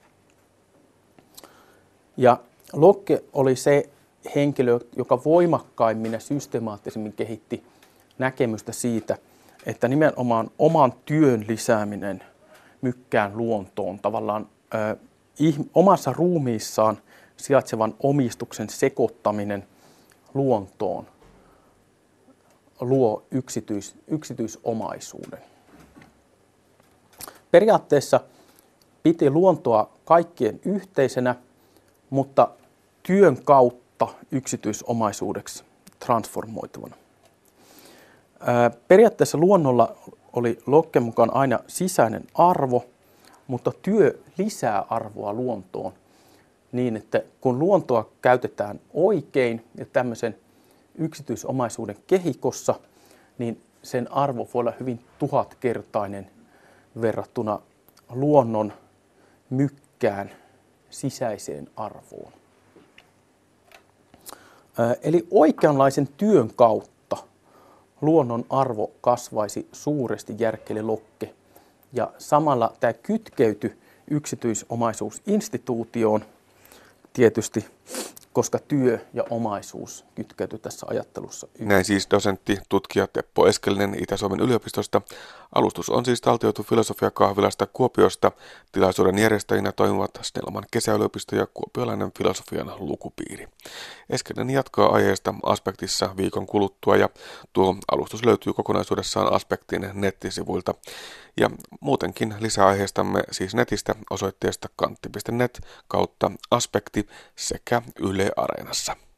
Ja Locke oli se henkilö, joka voimakkaimmin ja systemaattisemmin kehitti näkemystä siitä, että nimenomaan oman työn lisääminen mykkään luontoon, tavallaan ö, omassa ruumiissaan sijaitsevan omistuksen sekoittaminen luontoon luo yksityis, yksityisomaisuuden. Periaatteessa piti luontoa kaikkien yhteisenä, mutta työn kautta yksityisomaisuudeksi transformoituvana. Periaatteessa luonnolla oli Locken mukaan aina sisäinen arvo, mutta työ lisää arvoa luontoon niin, että kun luontoa käytetään oikein ja tämmöisen yksityisomaisuuden kehikossa, niin sen arvo voi olla hyvin tuhatkertainen verrattuna luonnon mykkään sisäiseen arvoon. Eli oikeanlaisen työn kautta luonnon arvo kasvaisi suuresti, järkkeli Locke. Ja samalla tämä kytkeytyi yksityisomaisuusinstituutioon tietysti, koska työ ja omaisuus kytkeytyi tässä ajattelussa. Näin siis dosentti, tutkija Teppo Eskelinen Itä-Suomen yliopistosta. Alustus on siis taltioitu Filosofia-kahvilasta Kuopiosta. Tilaisuuden järjestäjinä toimivat Snellman kesäyliopisto ja kuopiolainen filosofian lukupiiri. Eskelinen jatkaa aiheesta Aspektissa viikon kuluttua ja tuo alustus löytyy kokonaisuudessaan Aspektin nettisivuilta. Ja muutenkin lisää aiheistamme siis netistä osoitteesta kantti piste net kautta aspekti sekä Yle Areenassa.